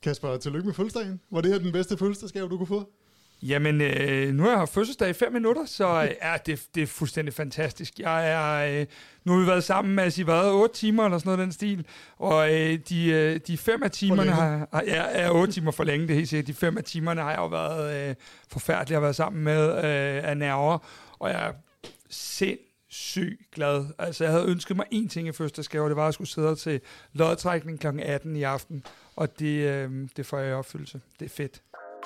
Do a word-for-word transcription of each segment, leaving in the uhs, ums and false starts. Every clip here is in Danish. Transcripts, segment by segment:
Kasper, tillykke med fødselsdagen. Var det her den bedste fødselsdagsgave, du kunne få? Jamen, øh, nu har jeg haft fødselsdag i fem minutter, så øh, er det, det er fuldstændig fantastisk. Jeg er, øh, nu har vi været sammen med, I været otte timer eller sådan noget den stil, og øh, de, øh, de fem af timerne har, har ja, er otte timer for længe, det er helt sikkert. De fem af timerne har jeg jo været øh, forfærdelig at være sammen med øh, af nerver, og jeg er sindssygt glad. Altså, jeg havde ønsket mig én ting i fødselsdagsgave, og det var, at jeg skulle sidde til lodtrækning klokken atten i aften, og det, øh, det får jeg i opfyldelse. Det er fedt.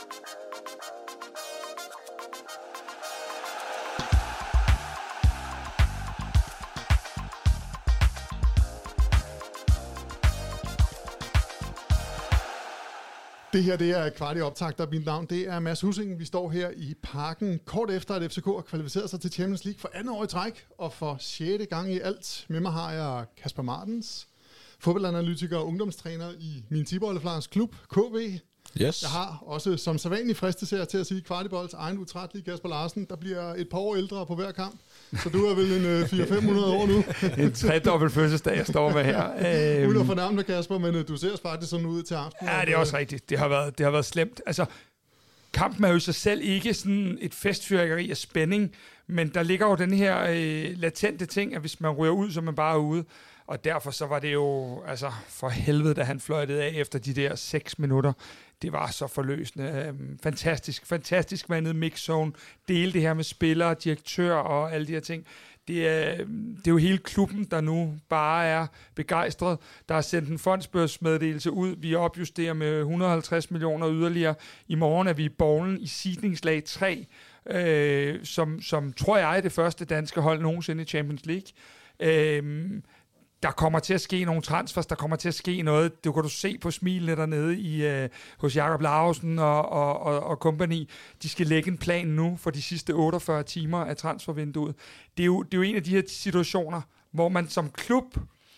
Det her, det er kvart i optakt, og mit navn, det er Mads Hussing. Vi står her i Parken kort efter, at F C K har kvalificeret sig til Champions League for andet år i træk, og for sjette gang i alt. Med mig har jeg Kasper Martens, fodboldanalytiker og ungdomstræner i min Tiboldeflars klub, K V. Yes. Jeg har også som sædvanlig fristes til at sige Kvartibolds egen utrættelige Kasper Larsen, der bliver et par år ældre på hver kamp. Så du er vel en fire til fem hundrede år nu. En tredobbelt fødselsdag, jeg står med her. Uden at fornærme dig, Kasper, men du ser faktisk sådan ud til aften. Ja, det er også rigtigt. Det har været, det har været slemt. Altså, kampen er jo i sig selv ikke sådan et festfyrkeri af spænding, men der ligger jo den her øh, latente ting, at hvis man ryger ud, så er man bare ude. Og derfor så var det jo, altså for helvede, da han fløjtede af efter de der seks minutter. Det var så forløsende. Fantastisk, fantastisk vandet mixzone. Dele det her med spillere, direktør og alle de her ting. Det er, det er jo hele klubben, der nu bare er begejstret. Der er sendt en fondsbørsmeddelelse ud. Vi opjusterer med et hundrede og halvtreds millioner yderligere. I morgen er vi i bowlen i seedningslag tre, øh, som, som tror jeg er det første danske hold nogensinde i Champions League. Øh, Der kommer til at ske nogle transfers, der kommer til at ske noget. Det kan du se på smilene dernede i, øh, hos Jakob Larsen og, og, og, og company. De skal lægge en plan nu for de sidste otteogfyrre timer af transfervinduet. Det er jo, det er jo en af de her situationer, hvor man som klub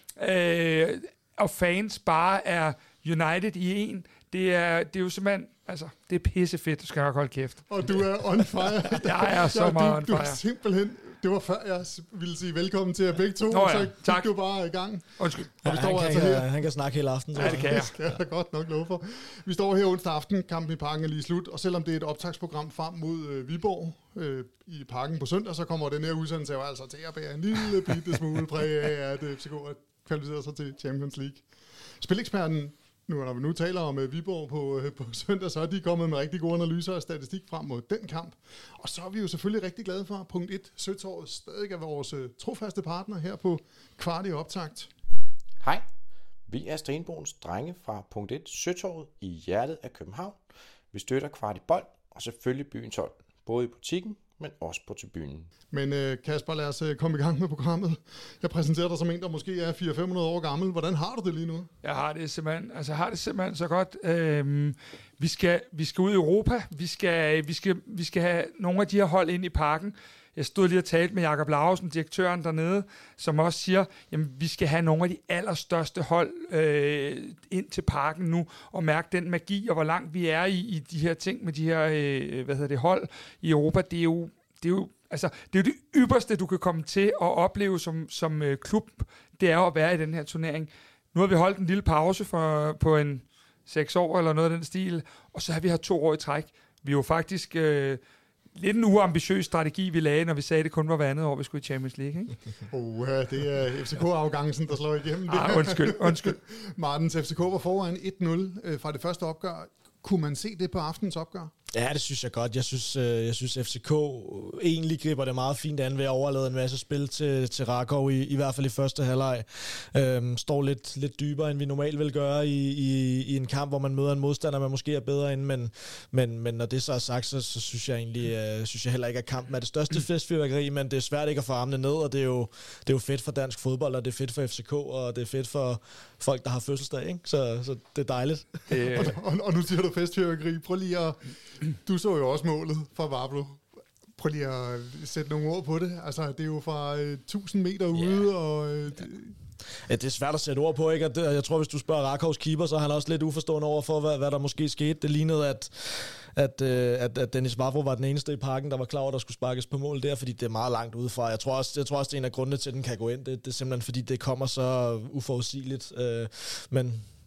øh, og fans bare er united i en. Det er, det er jo simpelthen, altså, det er pissefedt, du skal nok holde kæft. Og du er on fire. Jeg er så ja, meget du, on fire. Du er simpelthen... Det var før, jeg ville sige velkommen til jer begge to, Nå ja, så gik tak. du bare i gang. Undskyld. Og vi Ja, står han, altså kan, her. han kan snakke hele aften. Ja, det kan jeg. Det skal jeg godt nok love for. Vi står her onsdag aften, kampen i Parken er lige slut, og selvom det er et optagsprogram frem mod øh, Viborg øh, i Parken på søndag, så kommer den her udsendelse jo altså til at bære en lille bitte smule præg af, at F C K har kvalificeret sig til Champions League. Spileksperten, nu når vi nu taler om uh, Viborg på, uh, på søndag, så er de kommet med rigtig gode analyser og statistik frem mod den kamp. Og så er vi jo selvfølgelig rigtig glade for, punkt et, Søtorvet stadig er vores uh, trofaste partner her på Kvart i Optakt. Hej, vi er Stenbogens drenge fra punkt et, Søtorvet i hjertet af København. Vi støtter Kvartibold og selvfølgelig byens hold, både i butikken, men også på tribunen. Men uh, Kasper, lad os uh, komme i gang med programmet. Jeg præsenterer dig som en, der måske er fire til fem hundrede år gammel. Hvordan har du det lige nu? Jeg har det simpelthen, altså jeg har det simpelthen så godt. Øhm, vi skal vi skal ud i Europa. Vi skal vi skal vi skal have nogle af de her hold ind i Parken. Jeg stod lige og talte med Jakob Larsen, direktøren dernede, som også siger, jamen vi skal have nogle af de allerstørste hold øh, ind til Parken nu og mærke den magi og hvor langt vi er i, i de her ting med de her øh, hvad hedder det hold i Europa. Det er jo det er jo altså det er jo det ypperste du kan komme til at opleve som som øh, klub. Det er jo at være i den her turnering. Nu har vi holdt en lille pause for på en seks år eller noget af den stil, og så har vi haft to år i træk. Vi er jo faktisk øh, lidt en uambitiøs strategi, vi lagde, når vi sagde, at det kun var hver andet år, vi skulle i Champions League, ikke? Oh, det er F C K-afgangen, der slår igennem. Ah, undskyld, undskyld. Martens, F C K var foran et nul fra det første opgør. Kunne man se det på aftens opgør? Ja, det synes jeg godt. Jeg synes, øh, jeg synes F C K egentlig griber det meget fint an ved at overlade en masse spil til, til Rakov, i, i hvert fald i første halvleg. Øhm, står lidt, lidt dybere, end vi normalt vil gøre i, i, i en kamp, hvor man møder en modstander, man måske er bedre end, men, men, men når det så er sagt, så, så synes jeg egentlig øh, synes jeg heller ikke, at kampen er det største festfyrværkeri, men det er svært ikke at få armene ned, og det er, jo, det er jo fedt for dansk fodbold, og det er fedt for F C K, og det er fedt for folk, der har fødselsdag, ikke? Så, så det er dejligt. Det, og, og, og nu siger du festfyrværkeri. Prøv lige at... Du så jo også målet fra Vablo. Prøv lige at sætte nogle ord på det. Altså, det er jo fra uh, tusind meter ude, yeah. og... Uh, det, Ja, det er svært at sætte ord på, ikke? Og det, jeg tror, hvis du spørger Rakovs keeper, så er han også lidt uforstående over for, hvad, hvad der måske skete. Det lignede, at, at, at, at Dennis Vavro var den eneste i Parken, der var klar over, at der skulle sparkes på mål der, fordi det er meget langt udefra. Jeg tror også, jeg tror også det er en af grundene til, at den kan gå ind. Det, det er simpelthen, fordi det kommer så uforudsigeligt. Men,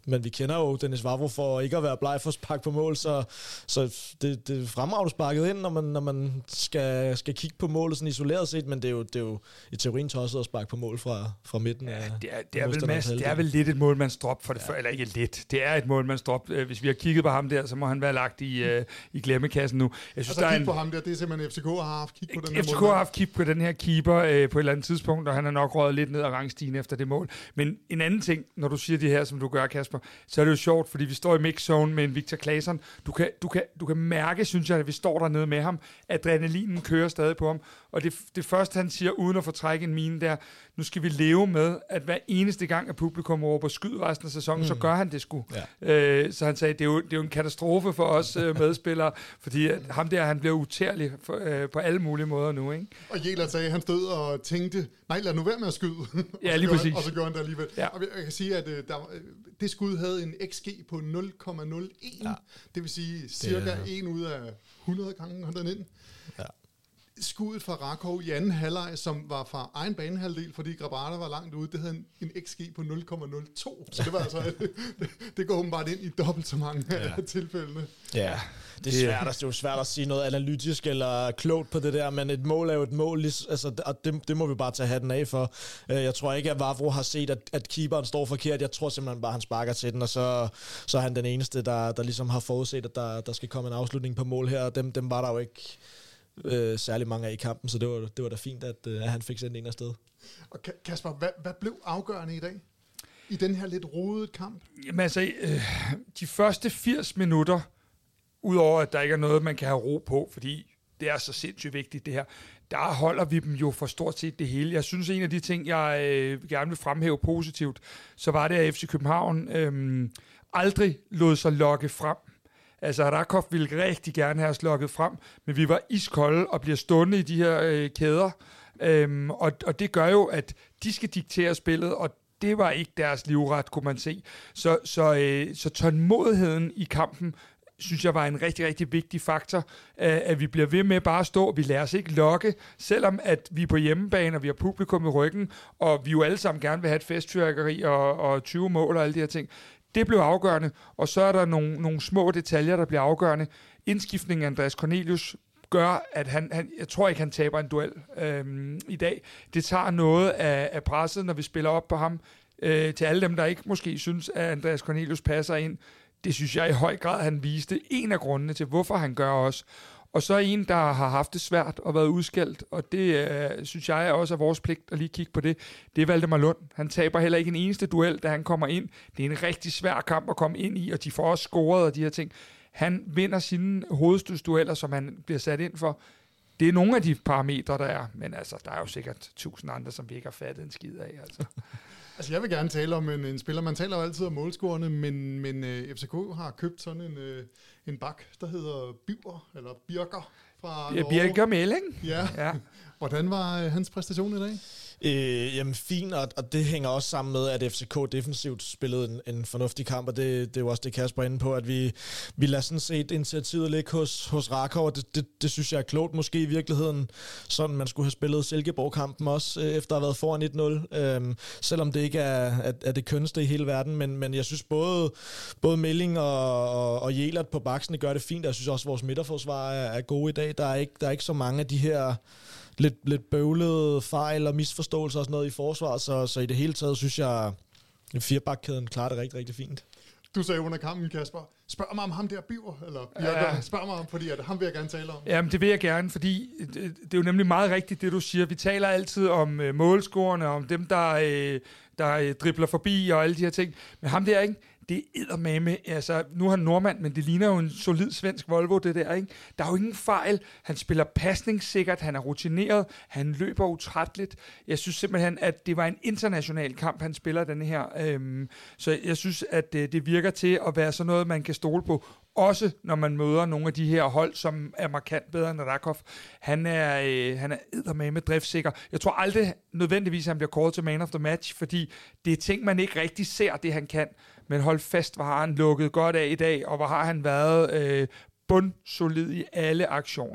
men vi kender jo Dennis Vavro for ikke at være bleg for at sparke på mål, så, så det, det er fremragende sparket ind, når man, når man skal, skal kigge på målet sådan isoleret set, men det er jo, det er jo i teorien tosset at sparke på mål fra, fra midten. Ja, af, det er, det er, vel, Mads, det er vel lidt et målmandsdrop for det ja. før, eller ikke lidt. Det er et målmandsdrop. Hvis vi har kigget på ham der, så må han være lagt i, uh, i glemmekassen nu. Jeg synes, altså der er kig en, på ham der, det er simpelthen F C K har haft kig på den her F C K har haft kig på den her keeper uh, på et eller andet tidspunkt, og han er nok røget lidt ned ad rangstigen efter det mål. Men en anden ting, når du siger det her, som du gør, Kasper, så er det jo sjovt, fordi vi står i mix-zone med en Victor Claesson. Du kan, du, kan, du kan mærke, synes jeg, at vi står dernede med ham. Adrenalinen kører stadig på ham. Og det, det første, han siger, uden at få trække en mine der, nu skal vi leve med, at hver eneste gang, at publikum råber skyd resten af sæsonen, mm. så gør han det sgu. Ja. Øh, så han sagde, det er, jo, det er jo en katastrofe for os øh, medspillere, fordi at ham der, han bliver utærlig for, øh, på alle mulige måder nu, ikke? Og Jæler sagde, han stod og tænkte, nej, lad nu være med at skyde. Ja, lige præcis. Han, og så gjorde han det alligevel. Ja. Og jeg kan sige, at øh, der, det skud havde en X G på nul komma nul en. Ja. Det vil sige cirka en ud af hundrede gange, han den ind. Ja. Skuddet fra Rakov i anden halvleg, som var fra egen banehalvdel, fordi Grabada var langt ude, det havde en, en X G på nul komma nul to. Så det var altså, det, det går åbenbart ind i dobbelt så mange ja. af tilfældene. Ja, det er svært, det er jo svært at sige noget analytisk eller klogt på det der, men et mål er jo et mål, altså, og det, det må vi bare tage hatten af for. Jeg tror ikke, at Vavro har set, at, at keeperen står forkert. Jeg tror simpelthen bare, at han sparker til den, og så, så er han den eneste, der, der ligesom har forudset, at der, der skal komme en afslutning på mål her, og dem, dem var der jo ikke øh, særlig mange af i kampen, så det var, det var da fint, at, at han fik sendt en afsted. Og Kasper, hvad, hvad blev afgørende i dag? I den her lidt rodede kamp? Jamen altså, øh, de første firs minutter, udover at der ikke er noget, man kan have ro på, fordi det er så sindssygt vigtigt det her, der holder vi dem jo for stort set det hele. Jeg synes, en af de ting, jeg øh, gerne vil fremhæve positivt, så var det, at F C København øh, aldrig lod sig lokke frem. Altså, Rakov ville rigtig gerne have os lokket frem, men vi var iskolde og bliver stående i de her øh, kæder. Øhm, og, og det gør jo, at de skal diktere spillet, og det var ikke deres livret, kunne man se. Så, så, øh, så tålmodigheden i kampen, synes jeg var en rigtig, rigtig vigtig faktor, øh, at vi bliver ved med bare at stå, vi lader os ikke lokke, selvom at vi er på hjemmebane, og vi har publikum i ryggen, og vi jo alle sammen gerne vil have et festfyrværkeri og, og tyve mål og alle de her ting. Det blev afgørende, og så er der nogle, nogle små detaljer, der bliver afgørende. Indskiftningen af Andreas Cornelius gør, at han, han jeg tror ikke, han taber en duel øhm, i dag. Det tager noget af, af presset, når vi spiller op på ham. Øh, til alle dem, der ikke måske synes, at Andreas Cornelius passer ind. Det synes jeg i høj grad, han viste en af grundene til, hvorfor han gør også. Og så en, der har haft det svært og været udskældt, og det øh, synes jeg også er vores pligt at lige kigge på det. Det er Valdemar Lund. Han taber heller ikke en eneste duel, da han kommer ind. Det er en rigtig svær kamp at komme ind i, og de får også scoret og de her ting. Han vinder sine hovedstødsdueller, som han bliver sat ind for. Det er nogle af de parametre, der er, men altså, der er jo sikkert tusind andre, som vi ikke har fattet en skid af. Altså. Altså, jeg vil gerne tale om en, en spiller. Man taler jo altid om målscorerne, men, men uh, F C K har købt sådan en, uh, en bak, der hedder Biver, eller Birker fra ja, Norge. Birker Meling. Ja. ja. Hvordan var uh, hans præstation i dag? Øh, jamen fint, og, og det hænger også sammen med, at F C K defensivt spillede en, en fornuftig kamp, og det, det er jo også det, Kasper er inde på, at vi, vi lader sådan set initiativet ligge hos, hos Rakov, og det, det, det synes jeg er klogt, måske i virkeligheden, sådan man skulle have spillet Silkeborg-kampen også, øh, efter at have været foran et nul, øh, selvom det ikke er, er, er det kønneste i hele verden, men, men jeg synes både, både Meling og, og, og Jelert på baksene gør det fint, og jeg synes også, at vores midterforsvar er, er gode i dag. Der er, ikke, der er ikke så mange af de her lidt, lidt bøvlede fejl og misforståelser og sådan noget i forsvaret, så, så i det hele taget synes jeg, at firebakkæden klarer det rigtig, rigtig fint. Du sagde under kampen, Kasper, spørg mig om ham der Biver, eller Birker, ja. Spørg mig om, fordi at ham vil jeg gerne tale om. Jamen, det vil jeg gerne, fordi det, det er jo nemlig meget rigtigt, det du siger. Vi taler altid om øh, målscorerne, om dem, der, øh, der øh, dribler forbi og alle de her ting. Men ham der, ikke? Det er eddermame, altså nu er han nordmand, men det ligner jo en solid svensk Volvo, det der, ikke? Der er jo ingen fejl. Han spiller pasningssikkert, han er rutineret, han løber utrætteligt. Jeg synes simpelthen, at det var en international kamp, han spiller denne her. Øhm, så jeg synes, at det, det virker til at være sådan noget, man kan stole på. Også når man møder nogle af de her hold, som er markant bedre end Rakov. Han er, øh, han er eddermame driftsikker. Jeg tror aldrig nødvendigvis, at han bliver kåret til man of the match, fordi det er ting, man ikke rigtig ser, det han kan. Men hold fast, hvor har han lukket godt af i dag, og hvor har han været øh, bundsolid i alle aktioner.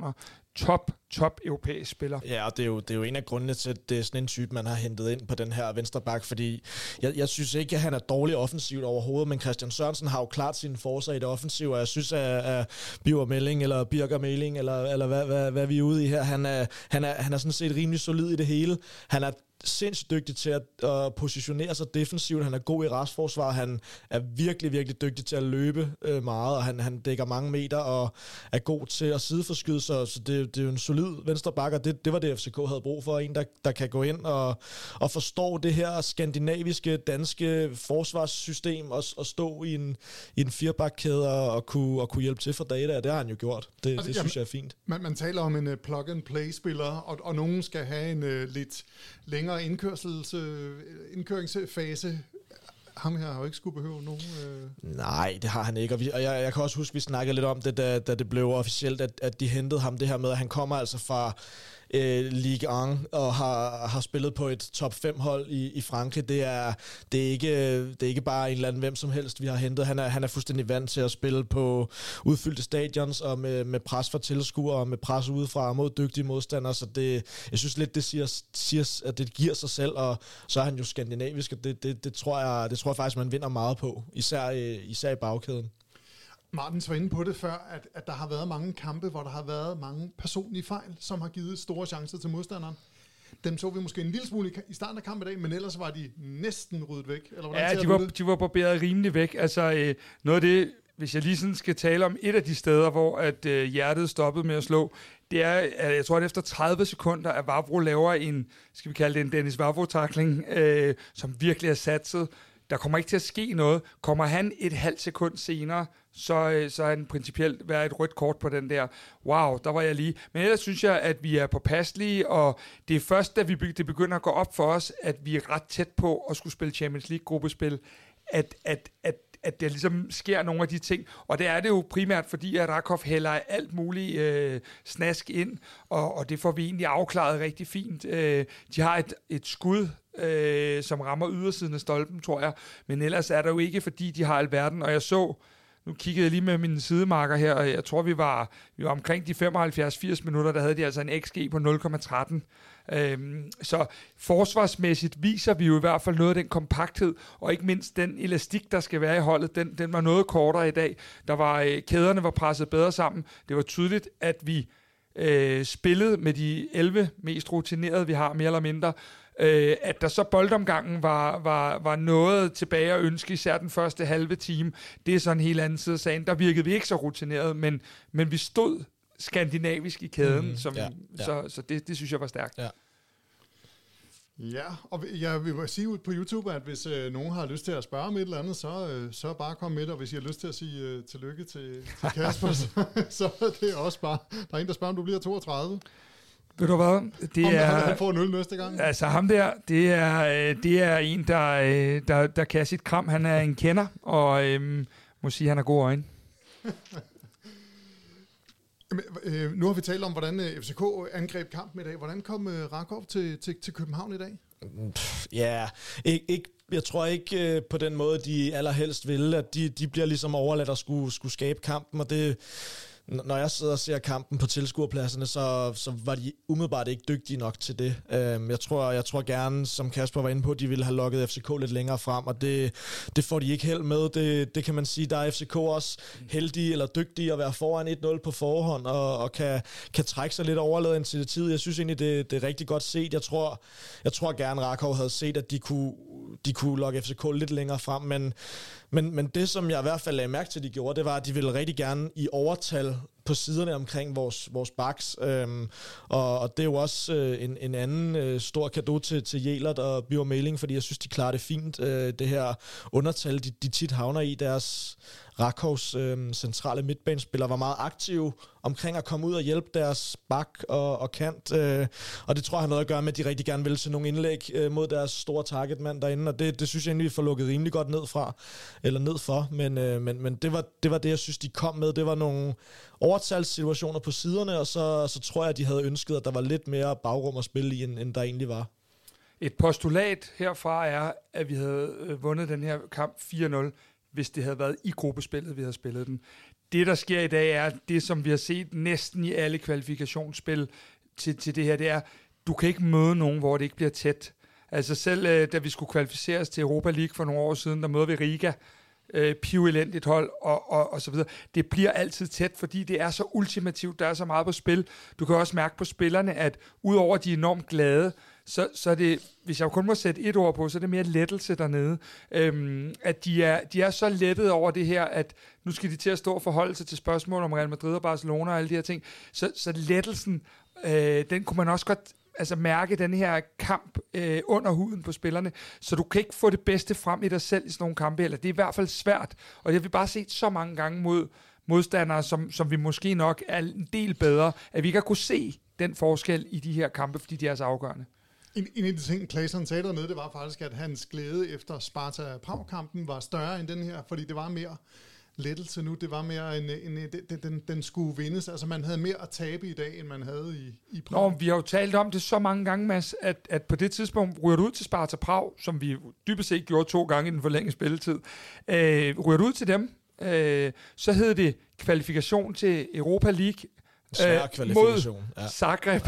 top, top europæisk spiller. Ja, og det er, jo, det er jo en af grundene til, at det er sådan en type, man har hentet ind på den her venstre bak, fordi jeg, jeg synes ikke, at han er dårlig offensivt overhovedet, men Christian Sørensen har jo klart sine forser i det offensive, og jeg synes, at, at Biver Melling, eller Birger Melling, eller, eller hvad, hvad, hvad vi er ude i her, han er, han, er, han er sådan set rimelig solid i det hele. Han er sindssygt dygtig til at uh, positionere sig defensivt. Han er god i restforsvar. Han er virkelig, virkelig dygtig til at løbe uh, meget, og han, han dækker mange meter og er god til at sideforskyde sig. Så det, det er jo en solid venstre back, og det, det var det, F C K havde brug for. En, der, der kan gå ind og, og forstå det her skandinaviske, danske forsvarssystem og, og stå i en, i en firebakkæde og, og, kunne, og kunne hjælpe til for data. Det har han jo gjort. Det, altså, det synes jamen, jeg er fint. Man, man taler om en uh, plug-and-play-spiller, og, og nogen skal have en uh, lidt længere indkørsels, øh, indkøringsfase. Ham her har jo ikke skulle behøve nogen... Øh... Nej, det har han ikke. Og, vi, og jeg, jeg kan også huske, vi snakkede lidt om det, da, da det blev officielt, at, at de hentede ham det her med, at han kommer altså fra øh, Ligue et og har, har spillet på et top fem hold i, i Frankrig. Det er, det, er ikke, det er ikke bare en eller anden hvem som helst, vi har hentet. Han er, han er fuldstændig vant til at spille på udfyldte stadions og med, med pres fra tilskuere og med pres udefra mod dygtige modstandere. Så det, jeg synes lidt, det siger, siger, at det giver sig selv, og så er han jo skandinavisk, og det, det, det, tror, jeg, det tror jeg faktisk, man vinder meget på, især, især i bagkæden. Martin var inde på det før, at, at der har været mange kampe, hvor der har været mange personlige fejl, som har givet store chancer til modstanderen. Dem så vi måske en lille smule i starten af kampen i dag, men ellers var de næsten ryddet væk. Eller hvordan ja, de var, de var barberet rimelig væk. Altså øh, noget af det, hvis jeg lige sådan skal tale om et af de steder, hvor at, øh, hjertet stoppede med at slå, det er, at jeg tror, at efter tredive sekunder, at Vavro laver en, skal vi kalde det en Dennis Vavro-tackling, øh, som virkelig er satset. Der kommer ikke til at ske noget. Kommer han et halvt sekund senere, så, så er han principielt været et rødt kort på den der. Wow, der var jeg lige. Men ellers synes jeg, at vi er påpasselige, og det er først, da vi be- det begynder at gå op for os, at vi er ret tæt på at skulle spille Champions League-gruppespil, at, at, at, at der ligesom sker nogle af de ting. Og det er det jo primært, fordi at Rakov hælder alt muligt øh, snask ind, og, og det får vi egentlig afklaret rigtig fint. Øh, de har et, et skud, Øh, som rammer ydersiden af stolpen, tror jeg. Men ellers er der jo ikke, fordi de har alverden. Og jeg så, nu kiggede jeg lige med mine sidemarker her, og jeg tror, vi var, vi var omkring de femoghalvfjerds til firs minutter, der havde de altså en X G på nul komma tretten. Øhm, så forsvarsmæssigt viser vi jo i hvert fald noget af den kompakthed, og ikke mindst den elastik, der skal være i holdet, den, den var noget kortere i dag. Der var, øh, kæderne var presset bedre sammen. Det var tydeligt, at vi øh, spillede med de elleve mest rutinerede, vi har, mere eller mindre. Øh, at der så boldomgangen var, var, var noget tilbage at ønske, især den første halve time, det er sådan en helt anden side af sagen. Der virkede vi ikke så rutineret, men, men vi stod skandinavisk i kæden, mm, som, ja, ja. så, så det, det synes jeg var stærkt. Ja. Ja, og jeg vil sige ud på YouTube, at hvis øh, nogen har lyst til at spørge om et eller andet, så, øh, så bare kom med det, og hvis I har lyst til at sige øh, tillykke til, til Kasper, så, så det er også bare, der er en, der spørger, om du bliver toogtredive. Ved du hvad? Det om er, han får en øl næste gang. Altså ham der, det er, det er en, der, der, der kan sit kram. Han er en kender, og øhm, må sige, han har gode øjne. Men, øh, nu har vi talt om, hvordan F C K angreb kampen i dag. Hvordan kom øh, Rakov til, til, til København i dag? Ja, ikke, ikke, jeg tror ikke øh, på den måde, de allerhelst ville, at de, de bliver ligesom overladt at skulle, skulle skabe kampen, og det... Når jeg sidder og ser kampen på tilskuerpladserne, så, så var de umiddelbart ikke dygtige nok til det. Jeg tror, jeg tror gerne, som Kasper var inde på, de ville have lukket F C K lidt længere frem, og det, det får de ikke held med. Det, det kan man sige, der er F C K også heldige eller dygtige at være foran et nul på forhånd, og, og kan, kan trække sig lidt overladet initiativ. Jeg synes egentlig, det, det er rigtig godt set. Jeg tror, jeg tror gerne, Rakov havde set, at de kunne, de kunne lukke F C K lidt længere frem, men, men, men det, som jeg i hvert fald lagde mærke til, de gjorde, det var, at de ville rigtig gerne i overtal på siderne omkring vores, vores backs. Øhm, og, og det er jo også øh, en, en anden øh, stor cadeau til, til Jelert og Biver Meling, fordi jeg synes, de klarer det fint. Øh, det her undertal, de, de tit havner i deres Rakovs øh, centrale midtbanespillere, var meget aktive omkring at komme ud og hjælpe deres bak og, og kant. Øh, og det tror jeg har noget at gøre med, at de rigtig gerne vil til nogle indlæg øh, mod deres store targetmand derinde, og det, det synes jeg egentlig, vi får lukket rimelig godt ned fra, eller ned for, men, øh, men, men det, var, det var det, jeg synes, de kom med. Det var nogle overtalssituationer på siderne, og så, så tror jeg, at de havde ønsket, at der var lidt mere bagrum at spille i, end, end der egentlig var. Et postulat herfra er, at vi havde vundet den her kamp fire nul hvis det havde været i gruppespillet, vi havde spillet den. Det, der sker i dag, er det, som vi har set næsten i alle kvalifikationsspil til, til det her, det er, du kan ikke møde nogen, hvor det ikke bliver tæt. Altså selv øh, da vi skulle kvalificeres til Europa League for nogle år siden, der møder vi Riga, øh, pivelendigt hold og, og, og så videre. Det bliver altid tæt, fordi det er så ultimativt, der er så meget på spil. Du kan også mærke på spillerne, at udover de er enormt glade, så, så er det, hvis jeg kun må sætte et ord på, så er det mere lettelse dernede. Øhm, at de er, de er så lettede over det her, at nu skal de til at stå og forholde sig til spørgsmål om Real Madrid og Barcelona og alle de her ting. Så, så lettelsen, øh, den kunne man også godt altså mærke, den her kamp øh, under huden på spillerne, så du kan ikke få det bedste frem i dig selv i sådan nogle kampe, eller det er i hvert fald svært, og det har vi bare set så mange gange mod modstandere, som, som vi måske nok er en del bedre, at vi ikke har kunne se den forskel i de her kampe, fordi de er så afgørende. En, en af de ting, Claesson sagde dernede, det var faktisk, at hans glæde efter Sparta-Prag-kampen var større end den her, fordi det var mere lettelse nu. Det var mere en, en, en den, den, den skulle vindes. Altså man havde mere at tabe i dag, end man havde i, i Prag. Nå, vi har jo talt om det så mange gange, Mads, at, at på det tidspunkt ryger du ud til Sparta Prag, som vi dybest set gjorde to gange i den forlængede spilletid. Øh, ryger du ud til dem, øh, så hed det kvalifikation til Europa League øh, mod ja. Zagreb.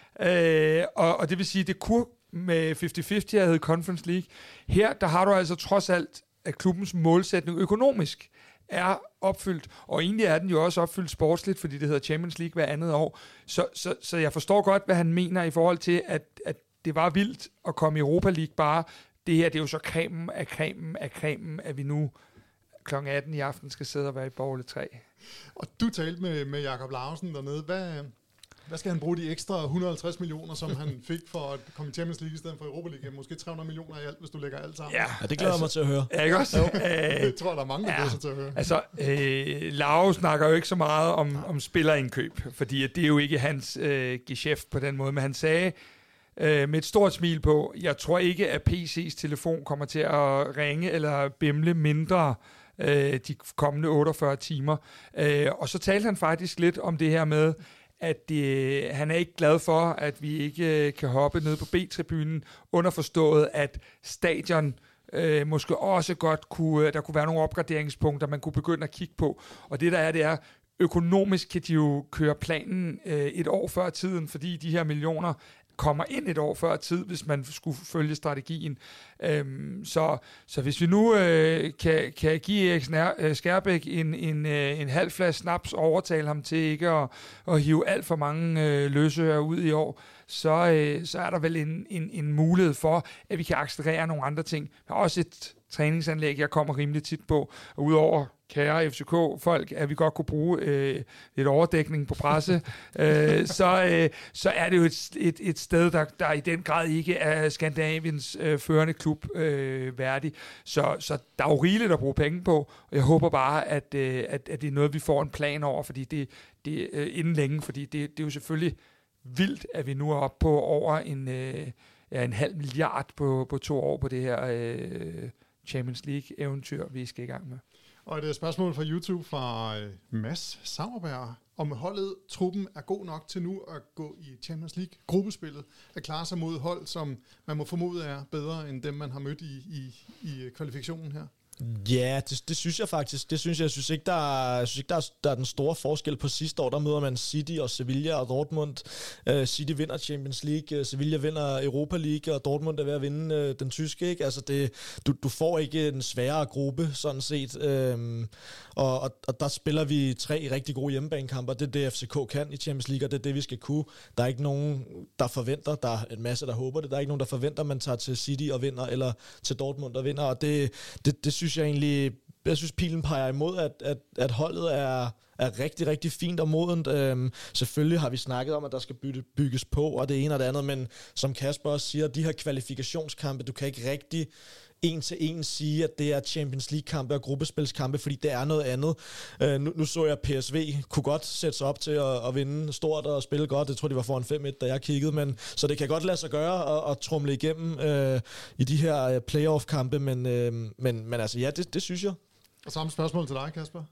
Ja. Øh, og, og det vil sige, det kunne med halvtreds halvtreds have heddet Conference League. Her, der har du altså trods alt, at klubbens målsætning økonomisk er opfyldt, og egentlig er den jo også opfyldt sportsligt, fordi det hedder Champions League hver andet år. Så, så, så jeg forstår godt, hvad han mener i forhold til, at, at det var vildt at komme i Europa League bare. Det her, det er jo så cremen af cremen af cremen, at vi nu klokken atten i aften skal sidde og være i Borgle tre. Og du talte med, med Jakob Larsen dernede. Hvad, hvad skal han bruge de ekstra et hundrede og halvtreds millioner, som han fik for at komme i Champions League i stedet for Europa League? Måske tre hundrede millioner i alt, hvis du lægger alt sammen. Ja, ja det glæder altså, mig til at høre. Ja, ikke også? Jeg tror, der er mange, der glæder sig til at høre. Altså, øh, Lau snakker jo ikke så meget om, om spillerindkøb, fordi det er jo ikke hans øh, geschæft på den måde, men han sagde øh, med et stort smil på, jeg tror ikke, at P C's telefon kommer til at ringe eller bimle mindre øh, de kommende otteogfyrre timer. Øh, og så talte han faktisk lidt om det her med, at det, han er ikke glad for, at vi ikke øh, kan hoppe ned på B-tribunen, underforstået, at stadion øh, måske også godt kunne, der kunne være nogle opgraderingspunkter, man kunne begynde at kigge på. Og det der er, det er, økonomisk kan de jo køre planen øh, et år før tiden, fordi de her millioner kommer ind et år før tid, hvis man skulle følge strategien. Øhm, så, så hvis vi nu øh, kan, kan give Erik Skærbæk en, en, øh, en halv flaske snaps og overtale ham til ikke at, at hive alt for mange øh, løsører ud i år, så, øh, så er der vel en, en, en mulighed for, at vi kan accelerere nogle andre ting. Der er også et træningsanlæg, jeg kommer rimelig tit på, og udover kære F C K-folk, at vi godt kunne bruge øh, lidt overdækning på presse, øh, så, øh, så er det jo et, et, et sted, der, der i den grad ikke er Skandinaviens øh, førende klub øh, værdig. Så, så der er jo rigeligt at bruge penge på, og jeg håber bare, at, øh, at, at det er noget, vi får en plan over, fordi det, det øh, inden længe, fordi det, det er jo selvfølgelig vildt, at vi nu er oppe på over en, øh, ja, en halv milliard på, på to år på det her øh, Champions League-eventyr, vi skal i gang med. Og et spørgsmål fra YouTube fra øh, Mads Sauerberg. Om holdet, truppen er god nok til nu at gå i Champions League-gruppespillet, at klare sig mod hold, som man må formode er bedre end dem, man har mødt i, i, i kvalifikationen her? Ja, det, det synes jeg faktisk. Det synes jeg, jeg synes ikke, der er, jeg synes ikke, der er, der er den store forskel på sidste år. Der møder man City og Sevilla og Dortmund. Uh, City vinder Champions League, uh, Sevilla vinder Europa League, og Dortmund er ved at vinde uh, den tyske. Ikke? Altså det, du, du får ikke en sværere gruppe, sådan set. Uh, og, og, og der spiller vi tre rigtig gode hjemmebanekamper. Det er det, F C K kan i Champions League, og det er det, vi skal kunne. Der er ikke nogen, der forventer, der er en masse, der håber det. Der er ikke nogen, der forventer, man tager til City og vinder, eller til Dortmund og vinder. Og det, det, det synes jeg egentlig, jeg synes pilen peger imod, at, at, at holdet er, er rigtig, rigtig fint og modent. Øhm, selvfølgelig har vi snakket om, at der skal bytte, bygges på, og det ene og det andet, men som Kasper også siger, de her kvalifikationskampe, du kan ikke rigtig en til en sige, at det er Champions League-kampe og gruppespilskampe, fordi det er noget andet. Øh, nu, nu så jeg, at P S V kunne godt sætte sig op til at, at vinde stort og spille godt. Jeg tror, de var foran fem et, da jeg kiggede, men så det kan godt lade sig gøre at, at trumle igennem øh, i de her playoff-kampe, men, øh, men, men altså ja, det, det synes jeg. Og samme spørgsmål til dig, Kasper.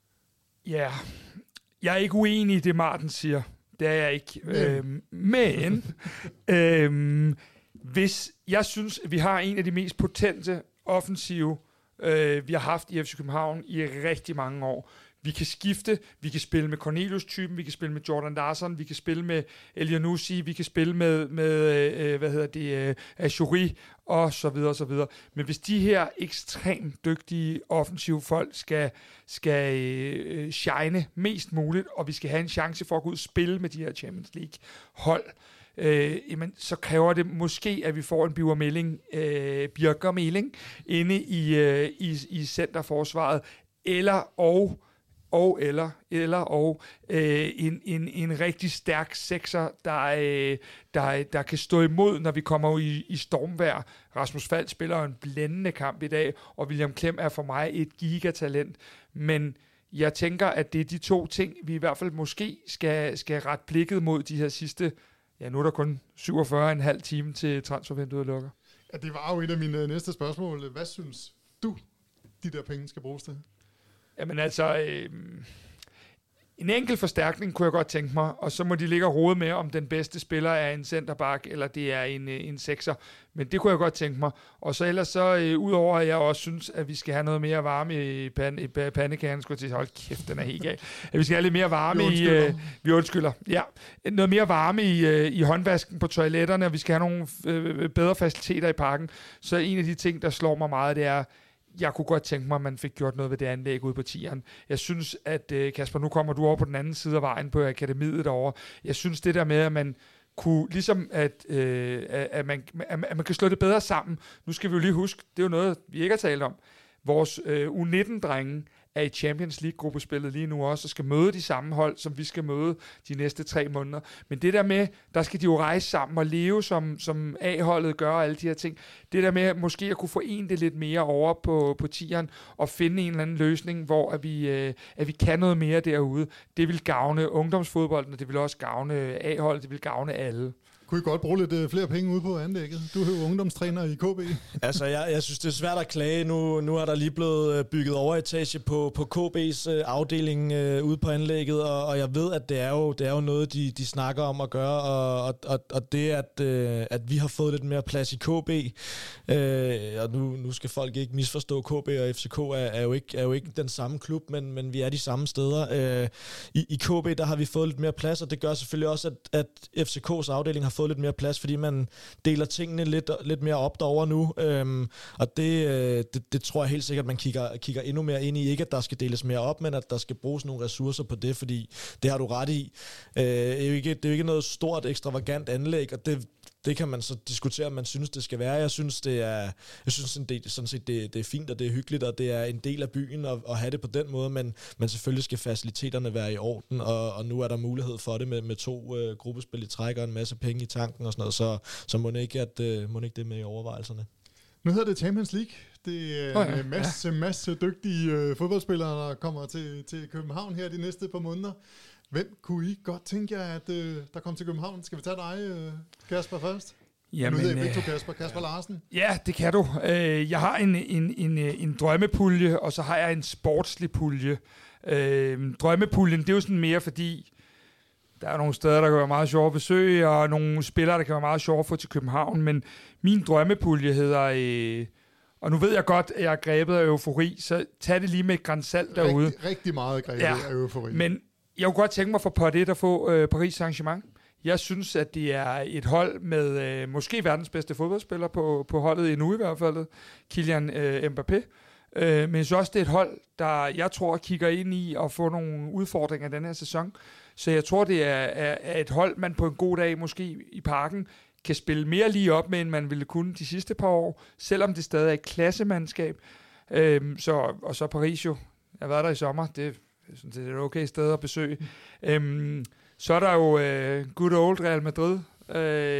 Ja, jeg er ikke uenig i det, Martin siger. Det er jeg ikke. Øhm, men øhm, hvis jeg synes, at vi har en af de mest potente offensive øh, vi har haft i F C København i rigtig mange år. Vi kan skifte, vi kan spille med Cornelius-typen, vi kan spille med Jordan Larsson, vi kan spille med Elyounoussi, vi kan spille med, med øh, hvad hedder det, øh, Achouri, og så videre, og så videre. Men hvis de her ekstremt dygtige offensive folk skal, skal øh, shine mest muligt, og vi skal have en chance for at gå ud og spille med de her Champions League-hold, øh, jamen, så kræver det måske, at vi får en Birger Meling, øh, Birger Meling inde i, øh, i, i centerforsvaret, eller og og eller, eller og øh, en, en, en rigtig stærk sekser, der, øh, der, der kan stå imod, når vi kommer i, i stormvejr. Rasmus Falk spiller en blændende kamp i dag, og William Klem er for mig et gigatalent. Men jeg tænker, at det er de to ting, vi i hvert fald måske skal, skal rette blikket mod de her sidste, ja nu er der kun syvogfyrre komma fem time til transfervinduet lukker. Ja, det var jo et af mine næste spørgsmål. Hvad synes du, de der penge skal bruges til? Jamen altså, øh, en enkelt forstærkning kunne jeg godt tænke mig, og så må de ligge og rode med, om den bedste spiller er en centerback, eller det er en, en sekser. Men det kunne jeg godt tænke mig. Og så ellers så, øh, udover at jeg også synes, at vi skal have noget mere varme i, pan, i pandekagen, skulle jeg til, hold kæft, den er helt gal. At vi skal have lidt mere varme vi i... Øh, vi undskylder. Ja, noget mere varme i, øh, i håndvasken på toiletterne, og vi skal have nogle øh, bedre faciliteter i parken. Så en af de ting, der slår mig meget, det er, jeg kunne godt tænke mig, at man fik gjort noget ved det anlæg ude på tieren. Jeg synes, at øh, Kasper, nu kommer du over på den anden side af vejen på akademiet derovre. Jeg synes, det der med, at man kunne, ligesom at, øh, at, man, at man kan slå det bedre sammen. Nu skal vi jo lige huske, det er jo noget, vi ikke har talt om. Vores øh, U nitten-drenge er i Champions League-gruppespillet lige nu også, og skal møde de samme hold, som vi skal møde de næste tre måneder. Men det der med, der skal de jo rejse sammen og leve, som, som A-holdet gør, og alle de her ting. Det der med måske at kunne forene det lidt mere over på, på tieren, og finde en eller anden løsning, hvor at vi, øh, at vi kan noget mere derude. Det vil gavne ungdomsfodbolden, og det vil også gavne A-holdet, det vil gavne alle. Kunne I godt bruge lidt øh, flere penge ude på anlægget? Du er jo ungdomstræner i K B. Altså, jeg, jeg synes, det er svært at klage. Nu, nu er der lige blevet bygget overetage på, på K B's øh, afdeling øh, ude på anlægget, og, og jeg ved, at det er jo, det er jo noget, de, de snakker om at gøre, og, og, og det, at, øh, at vi har fået lidt mere plads i K B, øh, og nu, nu skal folk ikke misforstå, K B og F C K er, er, jo, ikke, er jo ikke den samme klub, men, men vi er de samme steder. Øh, i, I K B, der har vi fået lidt mere plads, og det gør selvfølgelig også, at, at F C K's afdeling har fået lidt mere plads, fordi man deler tingene lidt, lidt mere op derovre nu, øhm, og det, det, det tror jeg helt sikkert, man kigger, kigger endnu mere ind i. Ikke, at der skal deles mere op, men at der skal bruges nogle ressourcer på det, fordi det har du ret i. Øh, det, er jo ikke, det er jo ikke noget stort, ekstravagant anlæg, og det Det kan man så diskutere, om man synes, det skal være. Jeg synes, det er, jeg synes sådan, det, sådan set, det, det er fint, og det er hyggeligt, og det er en del af byen at, at have det på den måde, men, men selvfølgelig skal faciliteterne være i orden, og, og nu er der mulighed for det med, med to uh, gruppespil i træk og en masse penge i tanken og sådan noget, så, så må det ikke, at, uh, må det ikke det med i overvejelserne. Nu hedder det Champions League. Det er oh ja, en masse, ja. masse dygtige uh, fodboldspillere, der kommer til, til København her de næste par måneder. Hvem kunne I godt tænke jer, at uh, der kom til København? Skal vi tage dig, uh, Kasper, først? Jamen, nu hedder jeg Victor Kasper, Kasper ja. Larsen. Ja, det kan du. Jeg har en, en, en, en drømmepulje, og så har jeg en sportslig pulje. Drømmepuljen, det er jo sådan mere fordi, der er nogle steder, der kan være meget sjove at besøge, og nogle spillere, der kan være meget sjove at få til København, men min drømmepulje hedder... Og nu ved jeg godt, at jeg er grebet af eufori, så tag det lige med et gran salt derude. Rigtig, rigtig meget grebet ja. af eufori. Men jeg kunne godt tænke mig for Part et at få øh, Paris Saint-Germain. Jeg synes, at det er et hold med øh, måske verdens bedste fodboldspiller på, på holdet endnu i hvert fald, Kylian øh, Mbappé. Øh, men jeg synes også, det er et hold, der jeg tror kigger ind i at få nogle udfordringer den her sæson. Så jeg tror, det er, er, er et hold, man på en god dag måske i parken kan spille mere lige op med, end man ville kunne de sidste par år, selvom det stadig er et klassemandskab. Øh, så, og så Paris jo. Jeg har været der i sommer. Det, det er et okay sted at besøge. Øh, Så er der jo uh, good old Real Madrid, uh,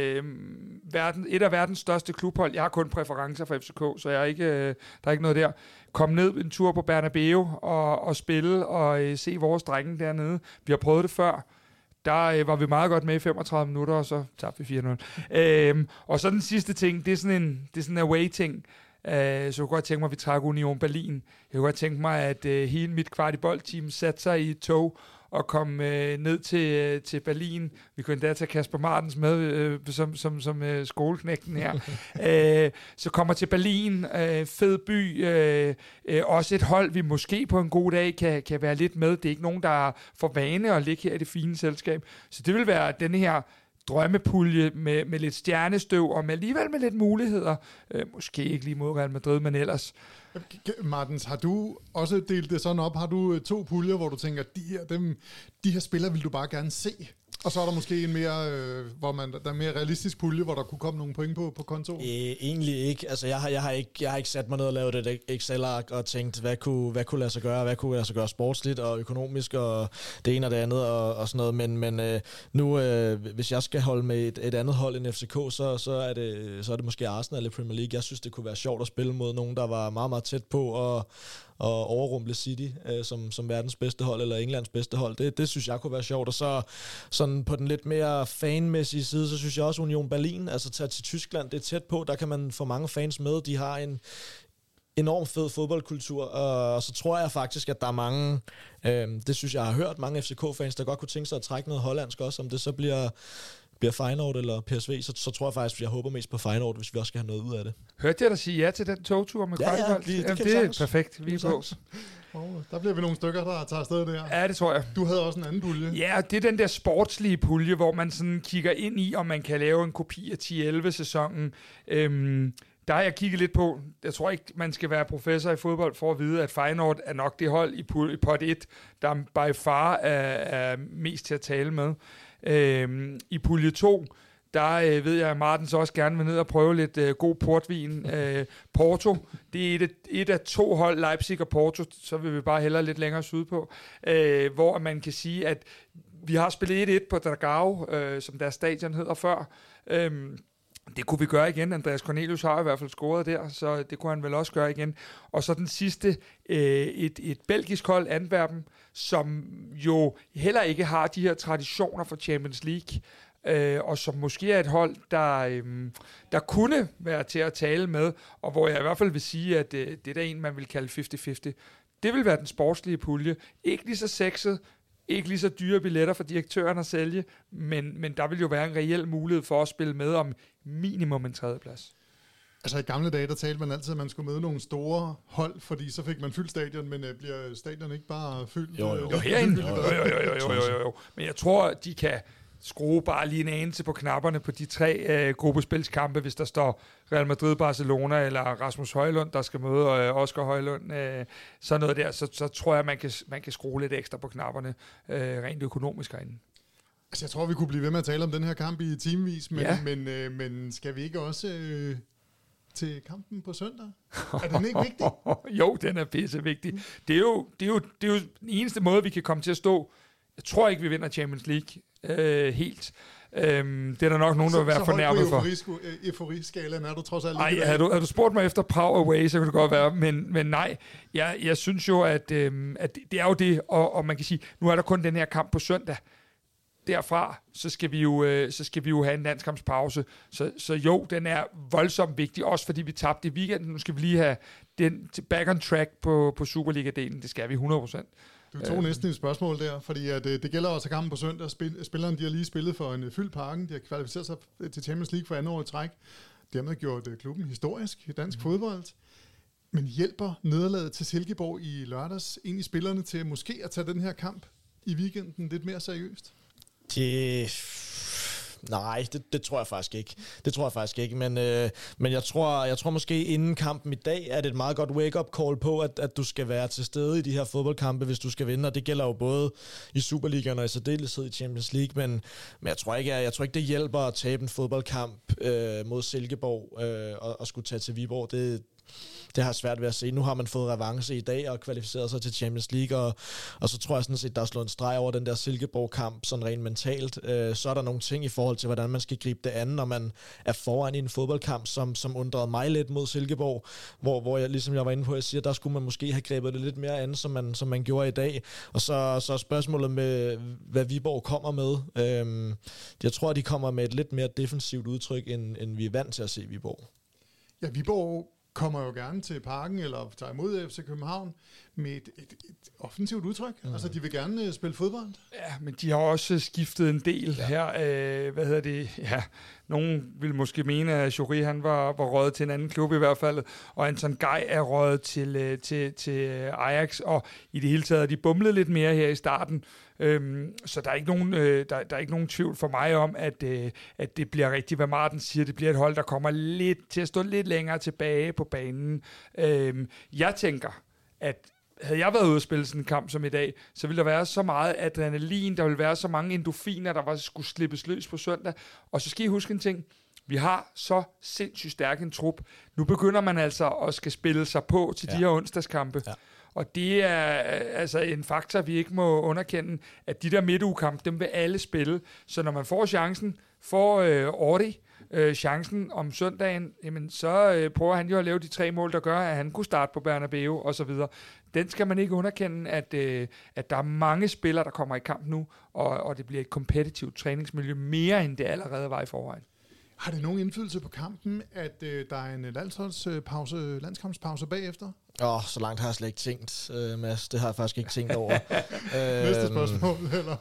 verden, et af verdens største klubhold. Jeg har kun præferencer for F C K, så jeg er ikke, uh, der er ikke noget der. Kom ned en tur på Bernabeu og, og spille og uh, se vores drenge dernede. Vi har prøvet det før. Der uh, var vi meget godt med i femogtredive minutter, og så tabte vi fire nul. uh, og så den sidste ting, det er sådan en, det er sådan en away-ting. Uh, så jeg kunne godt tænke mig, at vi trækker Union Berlin. Jeg kunne godt tænke mig, at uh, hele mit kvart i boldteam satte sig i et tog, at komme øh, ned til, øh, til Berlin. Vi kunne endda tage Kasper Martens med øh, som, som, som øh, skoleknægten her. øh, så kommer til Berlin, øh, fed by, øh, øh, også et hold, vi måske på en god dag kan, kan være lidt med. Det er ikke nogen, der får vane at ligge her i det fine selskab. Så det vil være den her drømmepulje med, med lidt stjernestøv, og med alligevel med lidt muligheder. Øh, måske ikke lige mod Real Madrid, men ellers. Martens, har du også delt det sådan op? Har du to puljer, hvor du tænker, de her, dem, de her spillere vil du bare gerne se? Og så er der måske en mere, øh, hvor man, der er mere realistisk pulje, hvor der kunne komme nogle point på, på kontoen? Øh, egentlig ikke. Altså, jeg har, jeg, har ikke, jeg har ikke sat mig ned og lavet et Excel-ark og tænkt, hvad kunne, hvad kunne lade sig gøre, hvad kunne lade sig gøre sportsligt og økonomisk og det ene og det andet og, og sådan noget. Men, men øh, nu, øh, hvis jeg skal holde med et, et andet hold end F C K, så, så, er det, så er det måske Arsenal i Premier League. Jeg synes, det kunne være sjovt at spille mod nogen, der var meget, meget tæt på og og overrumple City øh, som, som verdens bedste hold, eller Englands bedste hold. Det, det synes jeg kunne være sjovt. Og så sådan på den lidt mere fanmæssige side, så synes jeg også Union Berlin, altså tage til Tyskland, det er tæt på, der kan man få mange fans med. De har en enormt fed fodboldkultur, og så tror jeg faktisk, at der er mange, øh, det synes jeg har hørt, mange F C K-fans, der godt kunne tænke sig at trække noget hollandsk også, om det så bliver bliver Feyenoord eller P S V, så, så tror jeg faktisk, at jeg håber mest på Feyenoord, hvis vi også skal have noget ud af det. Hørte jeg dig sige ja til den togtur med ja, Kvartibold? Ja, det, det, det er perfekt. Vi er på. Oh, der bliver vi nogle stykker, der tager afsted der. Ja, det tror jeg. Du havde også en anden pulje. Ja, det er den der sportslige pulje, hvor man sådan kigger ind i, om man kan lave en kopi af ti elleve-sæsonen. Øhm, der har jeg kigget lidt på. Jeg tror ikke, man skal være professor i fodbold for at vide, at Feyenoord er nok det hold i, pul- i pot et, der by far er, er mest til at tale med. Øhm, I pulje to, der øh, ved jeg, at Martens også gerne vil ned og prøve lidt øh, god portvin. Øh, Porto, det er et af, et af to hold, Leipzig og Porto, så vil vi bare hellere lidt længere sydpå, øh, hvor man kan sige, at vi har spillet et et på Dragao, øh, som deres stadion hedder før. Øh, det kunne vi gøre igen. Andreas Cornelius har i hvert fald scoret der, så det kunne han vel også gøre igen. Og så den sidste, øh, et, et belgisk hold, Antwerpen, som jo heller ikke har de her traditioner for Champions League, Øh, og som måske er et hold, der, øhm, der kunne være til at tale med, og hvor jeg i hvert fald vil sige, at øh, det er der en, man vil kalde halvtreds halvtreds. Det vil være den sportslige pulje. Ikke lige så sexet, ikke lige så dyre billetter for direktøren at sælge, men, men der vil jo være en reel mulighed for at spille med om minimum en tredjeplads. Altså i gamle dage, der talte man altid, at man skulle med nogle store hold, fordi så fik man fyldt stadion, men øh, bliver stadion ikke bare fyldt? Jo, jo. Jo, herinde. Jo, jo, jo, jo, jo, jo, jo. Men jeg tror, de kan skrue bare lige en anelse på knapperne på de tre øh, gruppespilskampe, hvis der står Real Madrid, Barcelona eller Rasmus Højlund, der skal møde øh, Oscar Højlund, øh, sådan noget der, så, så tror jeg, man kan, man kan skrue lidt ekstra på knapperne, øh, rent økonomisk herinde. Altså jeg tror, vi kunne blive ved med at tale om den her kamp i timevis, men, ja. men, øh, men skal vi ikke også øh, til kampen på søndag? Er den ikke vigtig? Jo, den er pisse vigtig. Det er, jo, det, er jo, det er jo den eneste måde, vi kan komme til at stå. Jeg tror ikke, vi vinder Champions League øh, helt. Øhm, det er der nok nogen, der vil være fornærmet for. Så højt på euforiskalaen er du trods alt. Nej, havde du, havde du spurgt mig efter Power Away, så kunne det godt være, men, men nej. Jeg, jeg synes jo, at, øhm, at det er jo det, og, og man kan sige, nu er der kun den her kamp på søndag. Derfra, så skal vi jo, øh, så skal vi jo have en landskampspause. Så, så jo, den er voldsomt vigtig, også fordi vi tabte i weekenden. Nu skal vi lige have den back on track på, på Superliga-delen. Det skal vi hundrede procent. Du tog næsten et spørgsmål der, fordi at, det, det gælder også kampen på søndag. Spil, spillerne de har lige spillet for en fyldt parken. De har kvalificeret sig til Champions League for andet år i træk. Dermed gjort klubben historisk i dansk mm. fodbold. Men hjælper nederlaget til Silkeborg i lørdags egentlig spillerne til måske at tage den her kamp i weekenden lidt mere seriøst? Det... Nej, det, det tror jeg faktisk ikke. Det tror jeg faktisk ikke, men, øh, men jeg tror, jeg tror måske inden kampen i dag er det et meget godt wake-up call på, at, at du skal være til stede i de her fodboldkampe, hvis du skal vinde, og det gælder jo både i Superligaen og i særdeleshed i Champions League, men, men jeg tror ikke, jeg, jeg tror ikke det hjælper at tabe en fodboldkamp øh, mod Silkeborg øh, og, og skulle tage til Viborg. Det Det har jeg svært ved at se. Nu har man fået revanche i dag og kvalificeret sig til Champions League, og, og så tror jeg sådan set, der er slået en streg over den der Silkeborg-kamp, sådan rent mentalt. Øh, så er der nogle ting i forhold til, hvordan man skal gribe det an, når man er foran i en fodboldkamp, som, som undrede mig lidt mod Silkeborg, hvor, hvor jeg, ligesom jeg var inde på, jeg siger, der skulle man måske have grebet det lidt mere an, som man, som man gjorde i dag. Og så, så er spørgsmålet med, hvad Viborg kommer med. Øh, jeg tror, at de kommer med et lidt mere defensivt udtryk, end, end vi er vant til at se Viborg. Ja, Viborg kommer jo gerne til Parken eller tager imod F C København med et, et, et offensivt udtryk. Mm. Altså, de vil gerne uh, spille fodbold. Ja, men de har også skiftet en del ja. her. Øh, hvad hedder det? Ja, nogen vil måske mene, at Jory, han var, var røget til en anden klub i hvert fald, og Anton Gej er røget til, til, til Ajax, og i det hele taget de bumlede lidt mere her i starten. Øhm, så der er, ikke nogen, øh, der, der er ikke nogen tvivl for mig om, at, øh, at det bliver rigtigt, hvad Martin siger. Det bliver et hold, der kommer lidt til at stå lidt længere tilbage på banen. Øhm, jeg tænker, at havde jeg været ude at spille sådan en kamp som i dag, så ville der være så meget adrenalin, der ville være så mange endorfiner, der var, skulle slippes løs på søndag. Og så skal I huske en ting. Vi har så sindssygt stærk en trup. Nu begynder man altså at skal spille sig på til ja. de her onsdagskampe. Ja. Og det er altså en faktor, vi ikke må underkende, at de der midtugekampe, dem vil alle spille. Så når man får chancen, får øh, Ordi øh, chancen om søndagen, jamen så øh, prøver han jo at lave de tre mål, der gør, at han kunne starte på Bernabeu og så videre. Den skal man ikke underkende, at, øh, at der er mange spillere, der kommer i kamp nu, og, og det bliver et kompetitivt træningsmiljø mere, end det allerede var i forvejen. Har det nogen indflydelse på kampen, at øh, der er en landsholdspause, landskampspause bagefter? Åh, oh, så langt har jeg slet ikke tænkt, øh, Mads. Det har jeg faktisk ikke tænkt over. Næste spørgsmål, eller?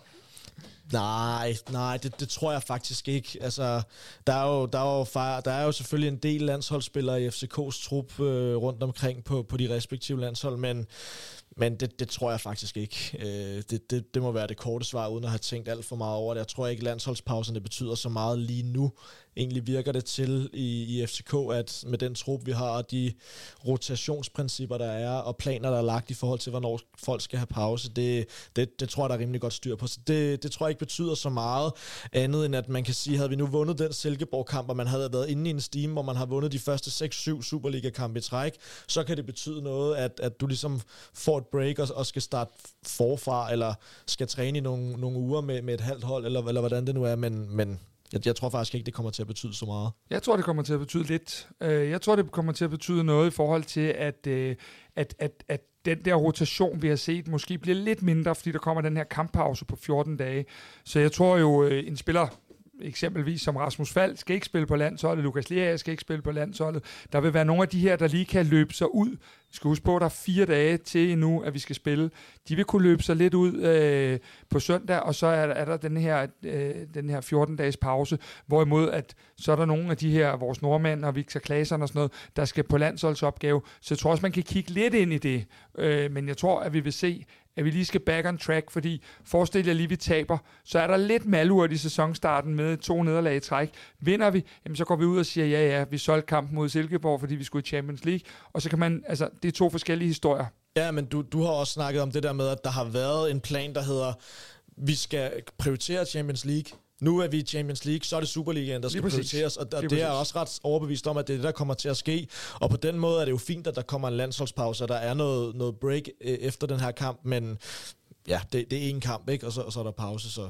Nej, nej, det, det tror jeg faktisk ikke. Altså, der er jo, der er jo, far, der er jo selvfølgelig en del landsholdsspillere i F C K's trup øh, rundt omkring på, på de respektive landshold, men, men det, det tror jeg faktisk ikke. Øh, det, det, det må være det korte svar, uden at have tænkt alt for meget over det. Jeg tror ikke, landsholdspauserne betyder så meget lige nu. Egentlig virker det til i, i F C K, at med den trup, vi har, og de rotationsprincipper, der er, og planer, der er lagt i forhold til, hvornår folk skal have pause, det, det, det tror jeg, der er rimelig godt styr på. Så det, det tror jeg ikke betyder så meget andet, end at man kan sige, havde vi nu vundet den Silkeborg-kamp, og man havde været inde i en stime, hvor man har vundet de første seks syv Superliga-kampe i træk, så kan det betyde noget, at, at du ligesom får et break og, og skal starte forfra, eller skal træne i nogle, nogle uger med, med et halvt hold, eller, eller hvordan det nu er, men... men Jeg, jeg tror faktisk ikke, det kommer til at betyde så meget. Jeg tror, det kommer til at betyde lidt. Jeg tror, det kommer til at betyde noget i forhold til, at, at, at, at den der rotation, vi har set, måske bliver lidt mindre, fordi der kommer den her kamppause på fjorten dage. Så jeg tror jo, en spiller eksempelvis som Rasmus Falk skal ikke spille på landsholdet, Lukas Lea skal ikke spille på landsholdet. Der vil være nogle af de her, der lige kan løbe sig ud. Vi skal huske på, at der er fire dage til endnu, at vi skal spille. De vil kunne løbe sig lidt ud øh, på søndag, og så er, er der den her, øh, den her fjorten-dages pause, hvorimod at så er der nogle af de her, vores nordmænd og Victor Claesson og sådan noget, der skal på landsholdsopgave. Så jeg tror også, man kan kigge lidt ind i det. Øh, men jeg tror, at vi vil se, at vi lige skal back on track, fordi forestil jer lige, vi taber, så er der lidt malurt i sæsonstarten med to nederlag i træk. Vinder vi, jamen så går vi ud og siger, ja ja, vi solgte kampen mod Silkeborg, fordi vi skulle i Champions League, og så kan man, altså det er to forskellige historier. Ja, men du, du har også snakket om det der med, at der har været en plan, der hedder, vi skal prioritere Champions League. Nu er vi i Champions League, så er det Superligaen, der skal prioriteres, og, og det er også ret overbevist om, at det er det, der kommer til at ske. Og på den måde er det jo fint, at der kommer en landsholdspause, og der er noget, noget break øh, efter den her kamp, men ja, det, det er en kamp, ikke? Og så, og så er der pause, så...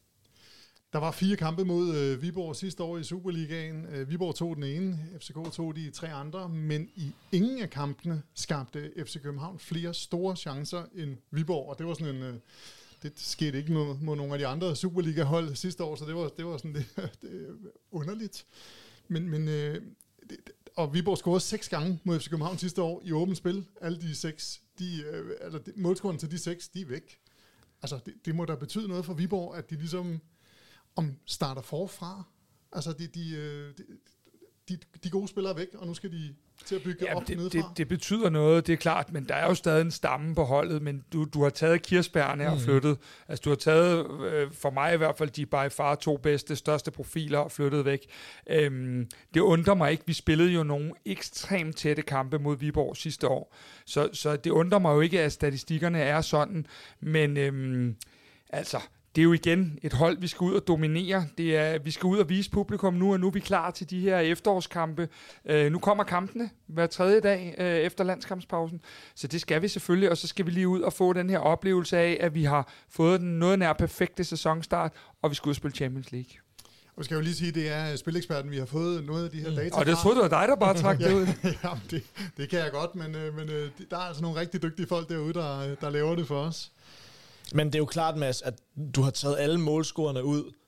Der var fire kampe mod øh, Viborg sidste år i Superligaen. Øh, Viborg tog den ene, F C K tog de tre andre, men i ingen af kampene skabte F C København flere store chancer end Viborg, og det var sådan en... Øh, det skete ikke mod, mod nogle af de andre Superliga-hold sidste år, så det var, det var sådan det, det underligt. Men, men øh, det, og Viborg scorede seks gange mod F C København sidste år i åbent spil. Alle de seks, de, øh, altså målscorerne til de seks, de er væk. Altså det, det må da betyde noget for Viborg, at de ligesom om starter forfra. Altså de, de, de, de, de gode spillere er væk, og nu skal de til at bygge ja, op det, nedefra. Det, det betyder noget, det er klart, men der er jo stadig en stamme på holdet, men du, du har taget Kirsbergerne mm. og flyttet. Altså du har taget, øh, for mig i hvert fald, de by far to bedste, største profiler og flyttet væk. Øhm, det undrer mig ikke. Vi spillede jo nogle ekstremt tætte kampe mod Viborg sidste år, så, så det undrer mig jo ikke, at statistikkerne er sådan, men øhm, altså... Det er jo igen et hold, vi skal ud og dominere. Det er, vi skal ud og vise publikum nu, og nu er vi klar til de her efterårskampe. Uh, nu kommer kampene hver tredje dag uh, efter landskampspausen, så det skal vi selvfølgelig, og så skal vi lige ud og få den her oplevelse af, at vi har fået den noget nær perfekte sæsonstart, og vi skal ud og spille Champions League. Og vi skal jo lige sige, at det er spileksperten, vi har fået noget af de her data. Og det troede du var dig, der bare trak det ud. Ja, det, det kan jeg godt, men, men der er altså nogle rigtig dygtige folk derude, der, der laver det for os. Men det er jo klart, Mads, at du har taget alle målscorerne ud,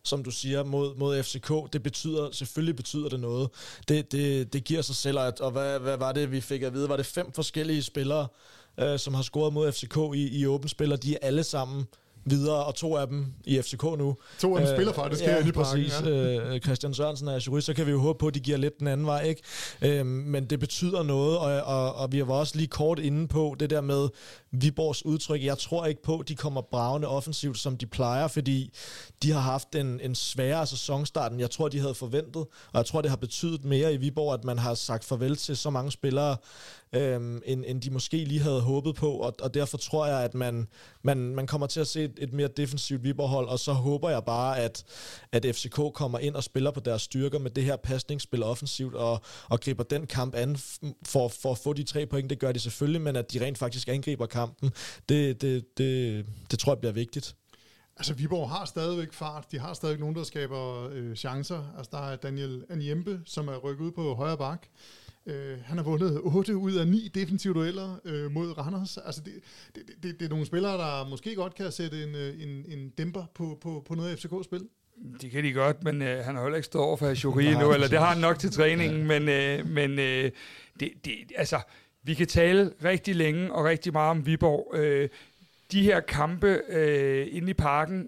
som du siger, mod, mod F C K, det betyder, selvfølgelig betyder det noget. Det, det, det giver sig selv, at, og hvad, hvad var det, vi fik at vide? Var det fem forskellige spillere, øh, som har scoret mod F C K i, i åbent spil, og de er alle sammen videre, og to af dem i F C K nu. To af dem øh, spiller faktisk her ja, i parken. Præcis. Ja. Øh, Christian Sørensen og Azuris, så kan vi jo håbe på, at de giver lidt den anden vej, ikke? Øh, men det betyder noget, og, og, og vi var også lige kort inde på det der med Viborgs udtryk. Jeg tror ikke på, at de kommer bravende offensivt, som de plejer, fordi de har haft en, en sværere sæsonstart, end jeg tror, de havde forventet, og jeg tror, det har betydet mere i Viborg, at man har sagt farvel til så mange spillere, Øhm, end, end de måske lige havde håbet på, og, og derfor tror jeg, at man, man, man kommer til at se et, et mere defensivt Viborg-hold, og så håber jeg bare, at, at F C K kommer ind og spiller på deres styrker med det her pasningsspil offensivt, og, og griber den kamp an for, for at få de tre point. Det gør de selvfølgelig, men at de rent faktisk angriber kampen, det, det, det, det tror jeg bliver vigtigt. Altså, Viborg har stadigvæk fart. De har stadigvæk nogen, der skaber øh, chancer. Altså, der er Daniel Anjembe, som er rykket ud på højre bak. Uh, han har vundet otte ud af ni defensive dueller uh, mod Randers. Altså det, det, det, det er nogle spillere, der måske godt kan sætte en, en, en dæmper på, på, på noget af F C K-spil. Det kan de godt, men uh, han har heller ikke stået over for Azuris nu, eller det har han nok til træningen, men, uh, men uh, det, det, altså, vi kan tale rigtig længe og rigtig meget om Viborg. Uh, de her kampe uh, inde i parken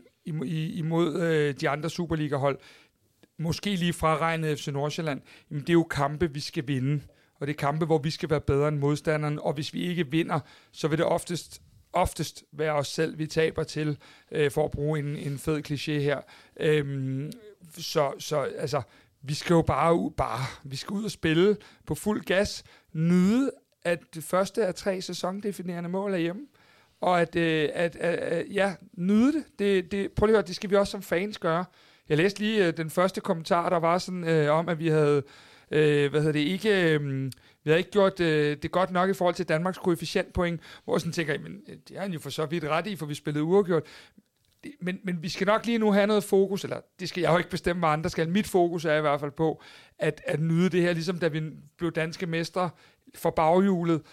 imod uh, de andre Superliga-hold, måske lige fraregnet F C Nordsjælland, jamen det er jo kampe, vi skal vinde. Og det er kampe, hvor vi skal være bedre end modstanderen. Og hvis vi ikke vinder, så vil det oftest, oftest være os selv, vi taber til, øh, for at bruge en, en fed kliché her. Øhm, så, så altså, vi skal jo bare ud, bare, vi skal ud og spille på fuld gas, nyde, at det første af tre sæsondefinerende mål er hjemme. Og at, øh, at, at, at ja, nyde det. det, det prøv lige at høre, det skal vi også som fans gøre. Jeg læste lige øh, den første kommentar, der var sådan øh, om, at vi havde, øh, hvad hedder det, ikke, øh, vi havde ikke gjort øh, det godt nok i forhold til Danmarks koefficientpoint, hvor jeg sådan tænker, men det er han jo for så vidt ret i, for vi spillede uafgjort. Det, men, men vi skal nok lige nu have noget fokus, eller det skal jeg jo ikke bestemme, hvad andre skal. Mit fokus er i hvert fald på, at, at nyde det her, ligesom da vi blev danske mestre for baghjulet,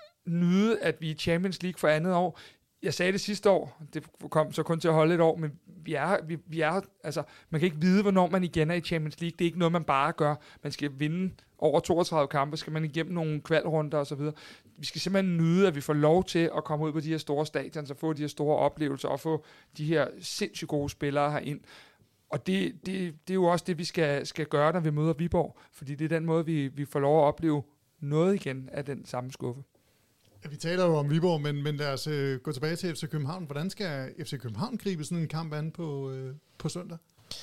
nyde, at vi er i Champions League for andet år. Jeg sagde det sidste år, det kom så kun til at holde et år, men vi er, vi, vi er, altså, man kan ikke vide, hvornår man igen er i Champions League. Det er ikke noget, man bare gør. Man skal vinde over toogtredive kampe, skal man igennem nogle kvalrunder og så videre. Vi skal simpelthen nyde, at vi får lov til at komme ud på de her store stadions og få de her store oplevelser og få de her sindssygt gode spillere herind. Og det, det, det er jo også det, vi skal, skal gøre, når vi møder Viborg, fordi det er den måde, vi, vi får lov at opleve noget igen af den samme skuffe. Ja, vi taler jo om Viborg, men, men lad os øh, gå tilbage til F C København. Hvordan skal F C København gribe sådan en kamp an på, øh, på søndag?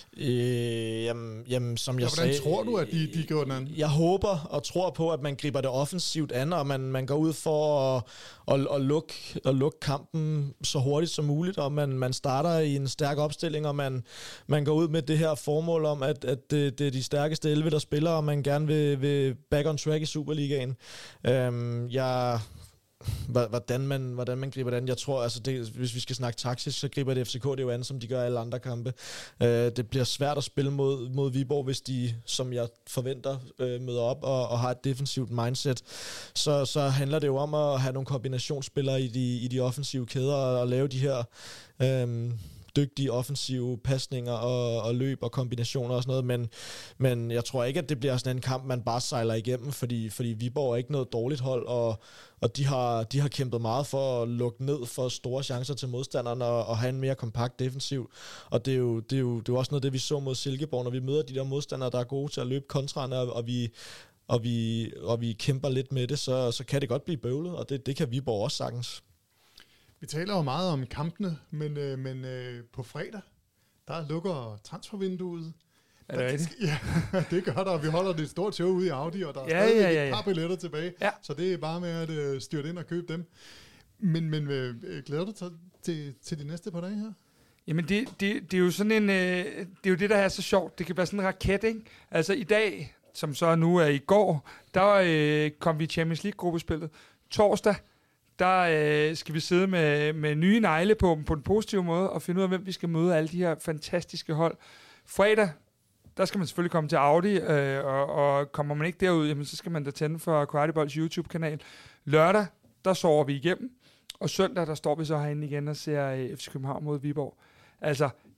Øh, jamen, jamen, som jeg ja, hvordan sagde, tror du, at de, de går den an? Jeg håber og tror på, at man griber det offensivt an, og man, man går ud for at, at, at, lukke, at lukke kampen så hurtigt som muligt, og man, man starter i en stærk opstilling, og man, man går ud med det her formål om, at, at det, det er de stærkeste elleve, der spiller, og man gerne vil, vil back on track i Superligaen. Øhm, jeg... Hvordan man, hvordan man griber det an. Jeg tror, altså det, hvis vi skal snakke taktisk, så griber det F C K det jo an, som de gør alle andre kampe. Uh, det bliver svært at spille mod, mod Viborg, hvis de, som jeg forventer, uh, møder op og, og har et defensivt mindset. Så, så handler det jo om at have nogle kombinationsspillere i de, i de offensive kæder og, og lave de her Um, dygtige offensive pasninger og, og løb og kombinationer og sådan noget, men, men jeg tror ikke, at det bliver sådan en kamp, man bare sejler igennem, fordi, fordi Viborg er ikke noget dårligt hold, og, og de, har, de har kæmpet meget for at lukke ned for store chancer til modstanderne og, og have en mere kompakt defensiv, og det er, jo, det, er jo, det er jo også noget det, vi så mod Silkeborg, når vi møder de der modstandere, der er gode til at løbe kontraerne, og, og vi og vi, og vi kæmper lidt med det, så, så kan det godt blive bøvlet, og det, det kan Viborg også sagtens. Vi taler jo meget om kampene, men, øh, men øh, på fredag, der lukker transfervinduet. Er det rigtigt? Ja, det gør der, og vi holder det et stort show ude i Audi, og der er ja, stadig ja, ja, ja. et par billetter tilbage, ja. Så det er bare med at øh, styrte ind og købe dem. Men, men øh, glæder du dig til, til de næste par dage her? Jamen det, det, det er jo sådan en, øh, det er jo det, der er så sjovt. Det kan være sådan en raket, ikke? Altså i dag, som så nu er i går, der øh, kom vi i Champions League-gruppespillet. Torsdag, der øh, skal vi sidde med, med nye negle på på en positiv måde og finde ud af, hvem vi skal møde alle de her fantastiske hold. Fredag, der skal man selvfølgelig komme til Audi, øh, og, og kommer man ikke derud, jamen, så skal man da tænde for Kvartibolds YouTube-kanal. Lørdag, der sover vi igennem, og søndag, der står vi så herinde igen og ser øh, F C København mod Viborg. Altså,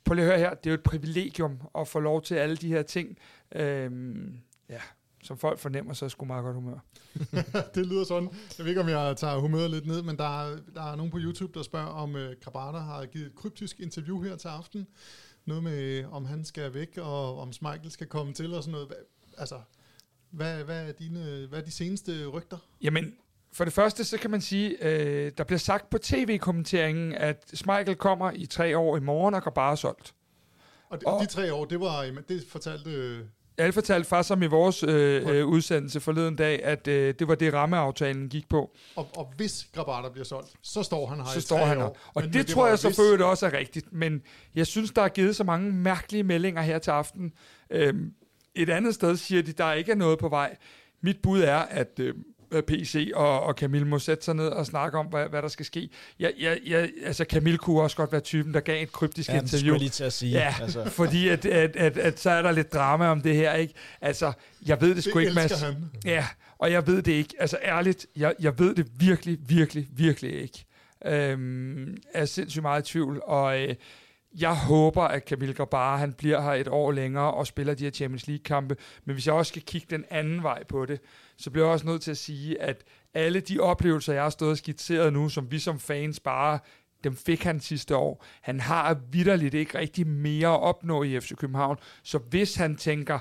prøv lige at høre her, det er jo et privilegium at få lov til alle de her ting, øhm, ja, som folk fornemmer, så er sgu meget godt humør. Det lyder sådan. Jeg ved ikke, om jeg tager humøret lidt ned, men der er, der er nogen på YouTube, der spørger, om uh, Grabara har givet et kryptisk interview her til aften. Noget med, om han skal væk, og om Schmeichel skal komme til, og sådan noget. Hva, altså, hvad, hvad, er dine, hvad er de seneste rygter? Jamen, for det første, så kan man sige, øh, der bliver sagt på tv-kommenteringen, at Schmeichel kommer i tre år i morgen, og Grabara er solgt. Og de, og de tre år, det var, det fortalte... Øh Jeg fortalte faktisk om i vores øh, øh, udsendelse forleden dag, at øh, det var det rammeaftalen gik på. Og, og hvis Grabara bliver solgt, så står han her så i står tre han år. Her. Og men, det, men det tror jeg hvis... så for det også er rigtigt. Men jeg synes, der er givet så mange mærkelige meldinger her til aften. Øhm, et andet sted siger de, der ikke er noget på vej. Mit bud er, at øh, P C og, og Camille må sætte sig ned og snakke om, hvad, hvad der skal ske. Jeg, jeg, jeg, altså Camille kunne også godt være typen, der gav et kryptisk ja, interview. Det lige til at sige. Ja, altså. fordi at, at, at, at så er der lidt drama om det her, ikke? Altså, jeg ved det sgu det ikke, Mads. Han. Ja, og jeg ved det ikke. Altså ærligt, jeg, jeg ved det virkelig, virkelig, virkelig ikke. Øhm, jeg er sindssygt meget i tvivl, og øh, jeg håber, at Camille Grabara, han bliver her et år længere og spiller de her Champions League-kampe. Men hvis jeg også skal kigge den anden vej på det, så bliver jeg også nødt til at sige, at alle de oplevelser, jeg har stået og skitseret nu, som vi som fans bare, dem fik han sidste år. Han har vitterligt ikke rigtig mere at opnå i F C København. Så hvis han tænker,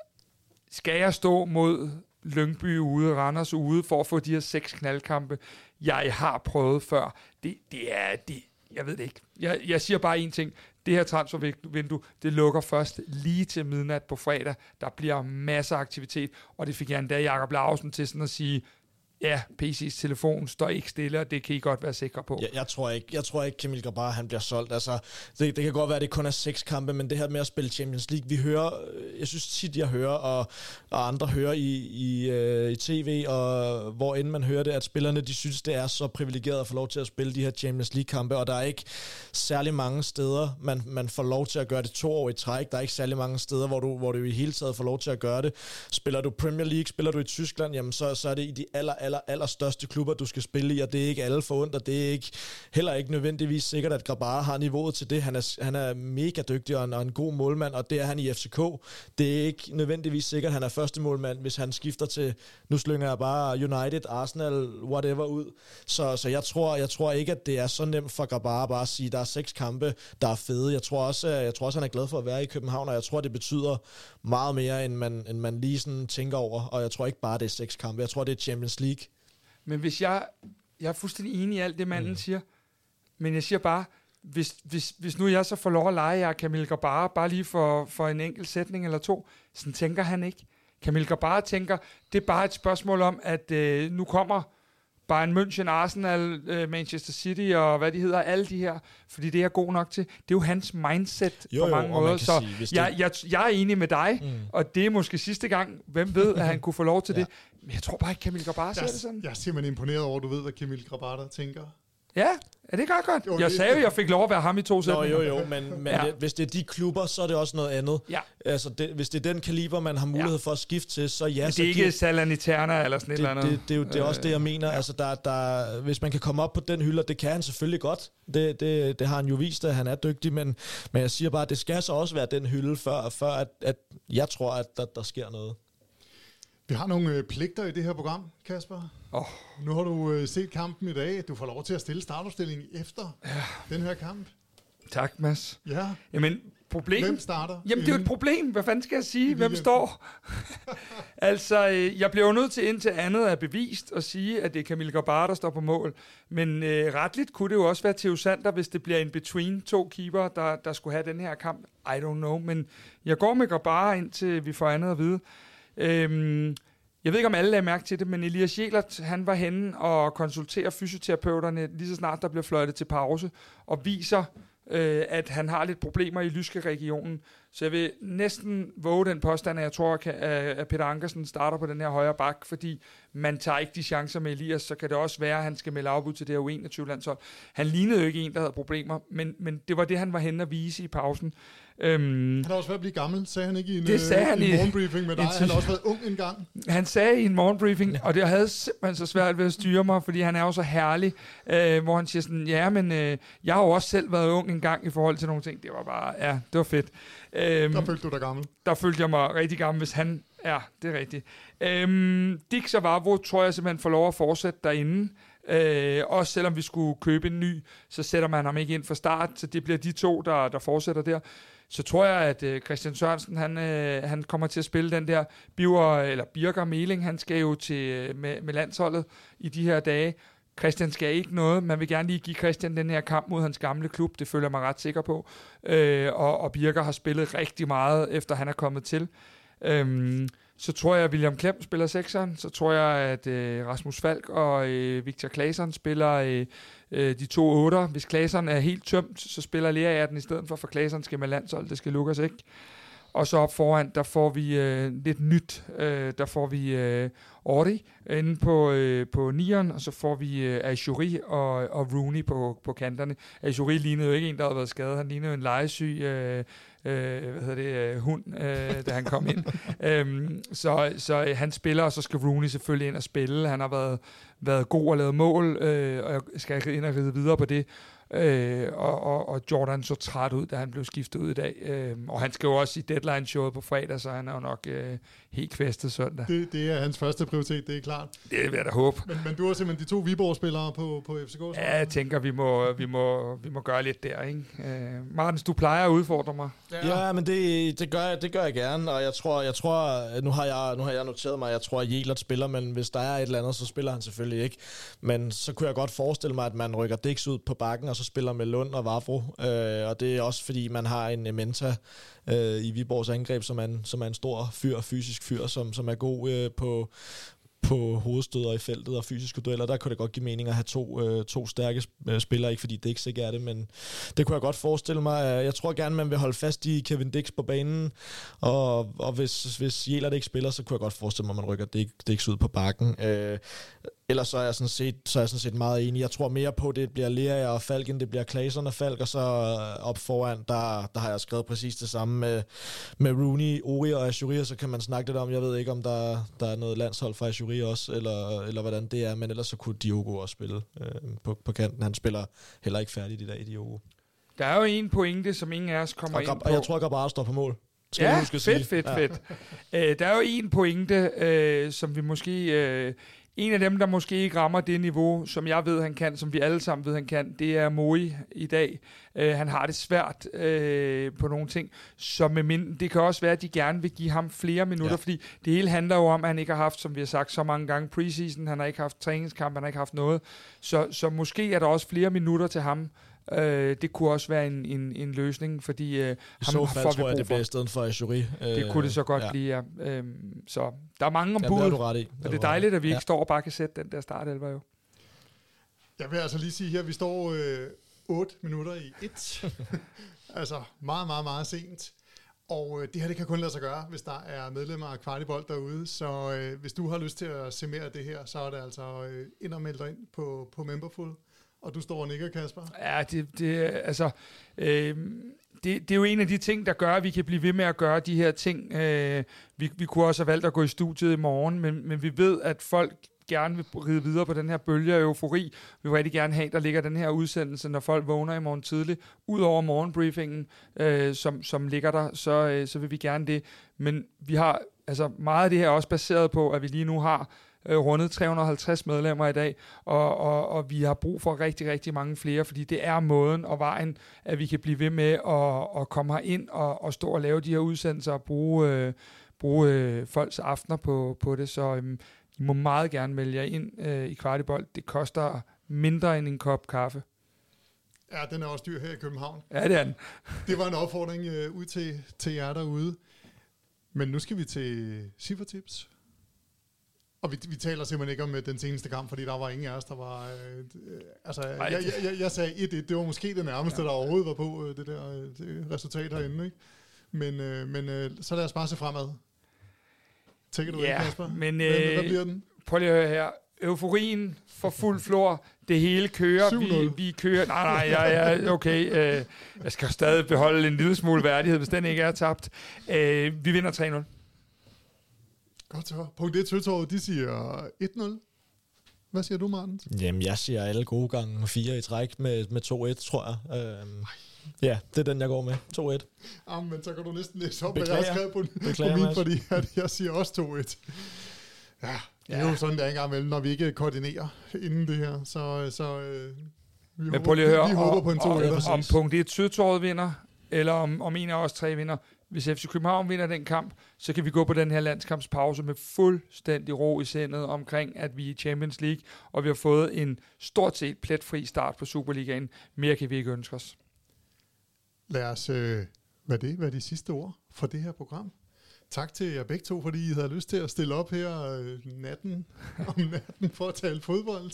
skal jeg stå mod Lyngby ude, Randers ude, for at få de her seks knaldkampe, jeg har prøvet før, det, det er det. Jeg ved det ikke. Jeg, jeg siger bare én ting. Det her transfervindue, det lukker først lige til midnat på fredag. Der bliver masser af aktivitet, og det fik jeg endda Jakob Larsen til sådan at sige, ja, P C's telefon står ikke stille, og det kan I godt være sikre på. Jeg, jeg tror ikke, jeg tror ikke Camille Grabara, han bliver solgt. Altså, det, det kan godt være, at det kun er seks kampe, men det her med at spille Champions League, vi hører, jeg synes tit, jeg hører, og, og andre hører i, i, uh, i tv, og hvor end man hører det, at spillerne, de synes, det er så privilegeret at få lov til at spille de her Champions League-kampe, og der er ikke særlig mange steder, man, man får lov til at gøre det to år i træk. Der er ikke særlig mange steder, hvor du, hvor du i hele taget får lov til at gøre det. Spiller du Premier League, spiller du i Tyskland, jamen så, så er det i de aller, aller, aller største klubber, du skal spille i, og det er ikke alle forundt, og det er ikke, heller ikke nødvendigvis sikkert, at Grabara har niveauet til det. Han er, han er mega dygtig og en, og en god målmand, og det er han i F C K. Det er ikke nødvendigvis sikkert, at han er første målmand, hvis han skifter til, nu slynger jeg bare United, Arsenal, whatever ud. Så, så jeg, tror, jeg tror ikke, at det er så nemt for Grabara bare at sige, at der er seks kampe, der er fede. Jeg tror også, jeg tror også, han er glad for at være i København, og jeg tror, det betyder meget mere, end man, end man lige sådan tænker over, og jeg tror ikke bare, det er seks kampe. Jeg tror, det er Champions League. Men hvis jeg, jeg er fuldstændig enig i alt det, manden mm. siger, men jeg siger bare, hvis, hvis, hvis nu jeg så får lov at lege jer Camille Grabara, bare lige for, for en enkelt sætning eller to, sådan tænker han ikke. Camille Grabara tænker, det er bare et spørgsmål om, at øh, nu kommer Bayern München, Arsenal, øh, Manchester City og hvad de hedder, alle de her, fordi det er god nok til. Det er jo hans mindset jo, på jo, mange måder. Så sige, jeg, jeg, jeg er enig med dig, mm. og det er måske sidste gang, hvem ved, at han kunne få lov til ja. det. Men jeg tror bare ikke, Camille Grabara ser det sådan. Jeg er simpelthen imponeret over, at du ved, hvad Camille Grabara tænker. Ja, er det godt godt? Jo, jeg det, sagde jo, jeg fik lov at være ham i to sætninger. Jo, jo, jo, men, men ja. det, hvis det er de klubber, så er det også noget andet. Ja. Altså, det, hvis det er den kaliber, man har mulighed ja. for at skifte til, så ja. Men så det er ikke giver, Salernitana eller sådan et det, eller andet. Det, det, det, det, det er også det, jeg mener. Ja. Altså, der, der, hvis man kan komme op på den hylde, det kan han selvfølgelig godt. Det, det, det har han jo vist, at han er dygtig, men, men jeg siger bare, at det skal så også være den hylde, før, før at, at jeg tror, at der, der sker noget. Vi har nogle øh, pligter i det her program, Kasper. Oh. Nu har du øh, set kampen i dag. Du får lov til at stille startopstillingen efter ja. den her kamp. Tak, Mads. Ja. Jamen, problem... Hvem starter? Jamen, det er jo et problem. Hvad fanden skal jeg sige? Hvem står? altså, øh, jeg bliver jo nødt til indtil andet er bevist at sige, at det er Camille Grabara, der står på mål. Men øh, retligt kunne det jo også være Theo Sander, hvis det bliver en between to keeper, der, der skulle have den her kamp. I don't know. Men jeg går med Grabara, indtil vi får andet at vide. Øhm, jeg ved ikke, om alle lagde mærke til det, men Elias Jelert, han var henne og konsulterer fysioterapeuterne lige så snart der bliver fløjtet til pause, og viser, øh, at han har lidt problemer i Lyske-regionen. Så jeg vil næsten våge den påstand, at jeg tror, at Peter Ankersen starter på den her højre bak, fordi man tager ikke de chancer med Elias, så kan det også være, at han skal melde afbud til det her U enogtyve-landshold. Han lignede jo ikke en, der havde problemer, men, men det var det, han var henne at vise i pausen. Øhm, han har også været at blive gammel, sagde han ikke i en, det sagde han en i, morgenbriefing med dig. Han har også været ung engang. Han sagde i en morgenbriefing, ja. og det havde simpelthen så svært ved at styre mig, fordi han er jo så herlig, øh, hvor han siger sådan, ja, men øh, jeg har jo også selv været ung en gang i forhold til nogle ting. Det var bare, ja, det var fedt. Øhm, der følte du dig gammel. Der følte jeg mig rigtig gammel, hvis han... Ja, det er rigtigt. Øhm, Dix og Vavro tror jeg simpelthen får lov at fortsætte derinde. Øh, også selvom vi skulle købe en ny, så sætter man ham ikke ind fra start, så det bliver de to, der, der fortsætter der. Så tror jeg, at øh, Christian Sørensen, han, øh, han kommer til at spille den der Biver, eller Birger Meling, han skal jo til med, med landsholdet i de her dage. Christian skal ikke noget. Man vil gerne lige give Christian den her kamp mod hans gamle klub. Det føler jeg mig ret sikker på. Øh, og, og Birger har spillet rigtig meget, efter han er kommet til. Øhm, så tror jeg, at William Klem spiller sekseren. Så tror jeg, at øh, Rasmus Falk og øh, Victor Claesson spiller øh, øh, de to otter. Hvis Claesson er helt tømt, så spiller Lea den i stedet for, for Claesson skal med landshold. Det skal Lukas ikke. Og så op foran, der får vi øh, lidt nyt. Øh, der får vi øh, Audi inde på, øh, på nieren, og så får vi øh, Ajouri og, og Rooney på, på kanterne. Ajouri lignede jo ikke en, der havde været skadet. Han lignede jo en legesyg øh, øh, hvad hedder det, øh, hund, øh, da han kom ind. øhm, så så øh, han spiller, og så skal Rooney selvfølgelig ind og spille. Han har været, været god og lavet mål, øh, og jeg skal ind og ride videre på det. Øh, og, og, og Jordan så træt ud, da han blev skiftet ud i dag. Øh, og han skal jo også i deadline-showet på fredag, så han er jo nok øh, helt kvæstet søndag. Det, det er hans første prioritet, det er klart. Det vil jeg da håbe. Men, men du har simpelthen de to Viborg-spillere på, på F C K? Så? Ja, jeg tænker, vi må, vi må, vi må gøre lidt der, ikke? Øh, Martens, du plejer at udfordre mig. Ja, ja men det, det, gør jeg, det gør jeg gerne, og jeg tror, jeg tror nu, har jeg, nu har jeg noteret mig, jeg tror, at Jelert spiller, men hvis der er et eller andet, så spiller han selvfølgelig ikke. Men så kunne jeg godt forestille mig, at man rykker Dix ud på bakken, og så spiller med Lund og Vavro, øh, og det er også fordi, man har en Menta øh, i Viborgs angreb, som er en, som er en stor fyr, fysisk fyr, som, som er god øh, på på hovedstøder i feltet og fysiske dueller. Der kunne det godt give mening at have to, øh, to stærke spillere, ikke fordi Dix ikke er det, men det kunne jeg godt forestille mig. Jeg tror gerne, man vil holde fast i Kevin Dix på banen, og, og hvis, hvis Jelert ikke spiller, så kunne jeg godt forestille mig, at man rykker Dix ud på bakken. Øh, Ellers så er jeg sådan set, så er jeg sådan set meget enig. Jeg tror mere på, at det bliver Lea og Falk, end det bliver Claesson og Falk, og så op foran, der, der har jeg skrevet præcis det samme med, med Rooney, Ori og Ajouri, så kan man snakke lidt om, jeg ved ikke, om der, der er noget landshold fra Ajouri også, eller, eller hvordan det er, men ellers så kunne Diogo også spille øh, på, på kanten. Han spiller heller ikke færdigt i dag, Diogo. Der er jo en pointe, som ingen af os kommer og, ind på. Og jeg tror, at Gabar står på mål. Skal ja, huske at fedt, sige. fedt, ja. fedt. uh, der er jo en pointe, uh, som vi måske... Uh, En af dem, der måske ikke rammer det niveau, som jeg ved, han kan, som vi alle sammen ved, han kan, det er Moi i dag. Uh, han har det svært uh, på nogle ting. Så med min, det kan også være, at de gerne vil give ham flere minutter, ja. Fordi det hele handler jo om, at han ikke har haft, som vi har sagt så mange gange, preseason. Han har ikke haft træningskamp, han har ikke haft noget. Så, så måske er der også flere minutter til ham. Uh, det kunne også være en, en, en løsning, fordi uh, I ham så fald får tror jeg, det bliver i stedet for Ajouri. Det kunne det så godt ja. blive, ja. Uh, så der er mange ombud, ja, og det er dejligt, at vi ikke ja. står og bare kan sætte den der startelver jo. Jeg vil altså lige sige her, vi står øh, otte minutter i et. Altså meget, meget, meget sent. Og øh, det her, det kan kun lade sig gøre, hvis der er medlemmer af Kvartibold derude. Så øh, hvis du har lyst til at se mere af det her, så er det altså øh, ind og melde dig ind på, på Memberful. Og du står og nikker, Kasper? Ja, det, det altså... Øh, det, det er jo en af de ting, der gør, at vi kan blive ved med at gøre de her ting. Øh, vi, vi kunne også have valgt at gå i studiet i morgen, men, men vi ved, at folk gerne vil ride videre på den her bølge af eufori. Vi vil rigtig gerne have, der ligger den her udsendelse, når folk vågner i morgen tidlig. Udover morgenbriefingen, øh, som, som ligger der, så, øh, så vil vi gerne det. Men vi har altså meget af det her også baseret på, at vi lige nu har øh, rundet tre hundrede og halvtreds medlemmer i dag, og, og, og vi har brug for rigtig, rigtig mange flere, fordi det er måden og vejen, at vi kan blive ved med at, at komme her ind og, og stå og lave de her udsendelser og bruge, øh, bruge øh, folks aftener på, på det. Så øh, I må meget gerne melde jer ind øh, i Kvartibold. Det koster mindre end en kop kaffe. Ja, den er også dyr her i København. Ja, det er den. Det var en opfordring øh, ud til, til jer derude. Men nu skal vi til Cifretips. Og vi, vi taler simpelthen ikke om uh, den seneste kamp, fordi der var ingen af os, der var... Øh, øh, altså, Ej, jeg, jeg, jeg, jeg sagde et et. Det var måske det nærmeste, ja. der overhovedet var på øh, det der øh, det resultat herinde. Ikke? Men, øh, men øh, så lad os bare se fremad. Tænker du ja, ikke, Kasper? Men, hvad, øh, hvad bliver den? Prøv lige at høre her. Euforien for fuld flor. Det hele kører. Vi, vi kører. Nej, nej, ja, ja, okay. Øh, jeg skal stadig beholde en lille smule værdighed, hvis den ikke er tabt. Øh, vi vinder tre nul. Godt så. Punkt et Søtorvet, de siger et nul. Hvad siger du, Martin? Jamen, jeg siger alle gode gange fire i træk med, med to et, tror jeg. Øhm, ja, det er den, jeg går med. to et. Jamen, men så kan du næsten læse op, Beklager. hvad jeg har skrevet på, Beklager, på min, Mads. fordi at jeg siger også to et. Ja, det er Ja. jo sådan, der er engang imellem, når vi ikke koordinerer inden det her. Så, så øh, vi, Men håber, prøv lige at høre, vi, vi håber på en to om, et. om, om punkt et Søtorvet vinder, eller om, om en af os tre vinder. Hvis F C København vinder den kamp, så kan vi gå på den her landskampspause med fuldstændig ro i sindet omkring, at vi er i Champions League, og vi har fået en stort set pletfri start på Superligaen. Mere kan vi ikke ønske os. Lad os, øh, hvad det, hvad er de sidste ord for det her program? Tak til jer begge to, fordi I havde lyst til at stille op her øh, natten om natten for at tale fodbold.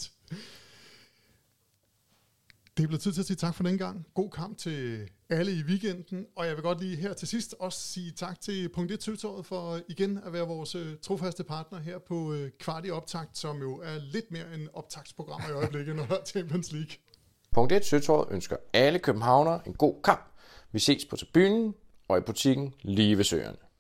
Det er blevet tid til at sige tak for den gang. God kamp til alle i weekenden, og jeg vil godt lige her til sidst også sige tak til punkt et Søtorvet for igen at være vores øh, trofaste partner her på øh, Kvart i Optakt, som jo er lidt mere end optaktsprogram i øjeblikket, når der er Champions League. Punkt et Søtorvet ønsker alle københavnere en god kamp. Vi ses på tribunen og i butikken lige ved Søerne.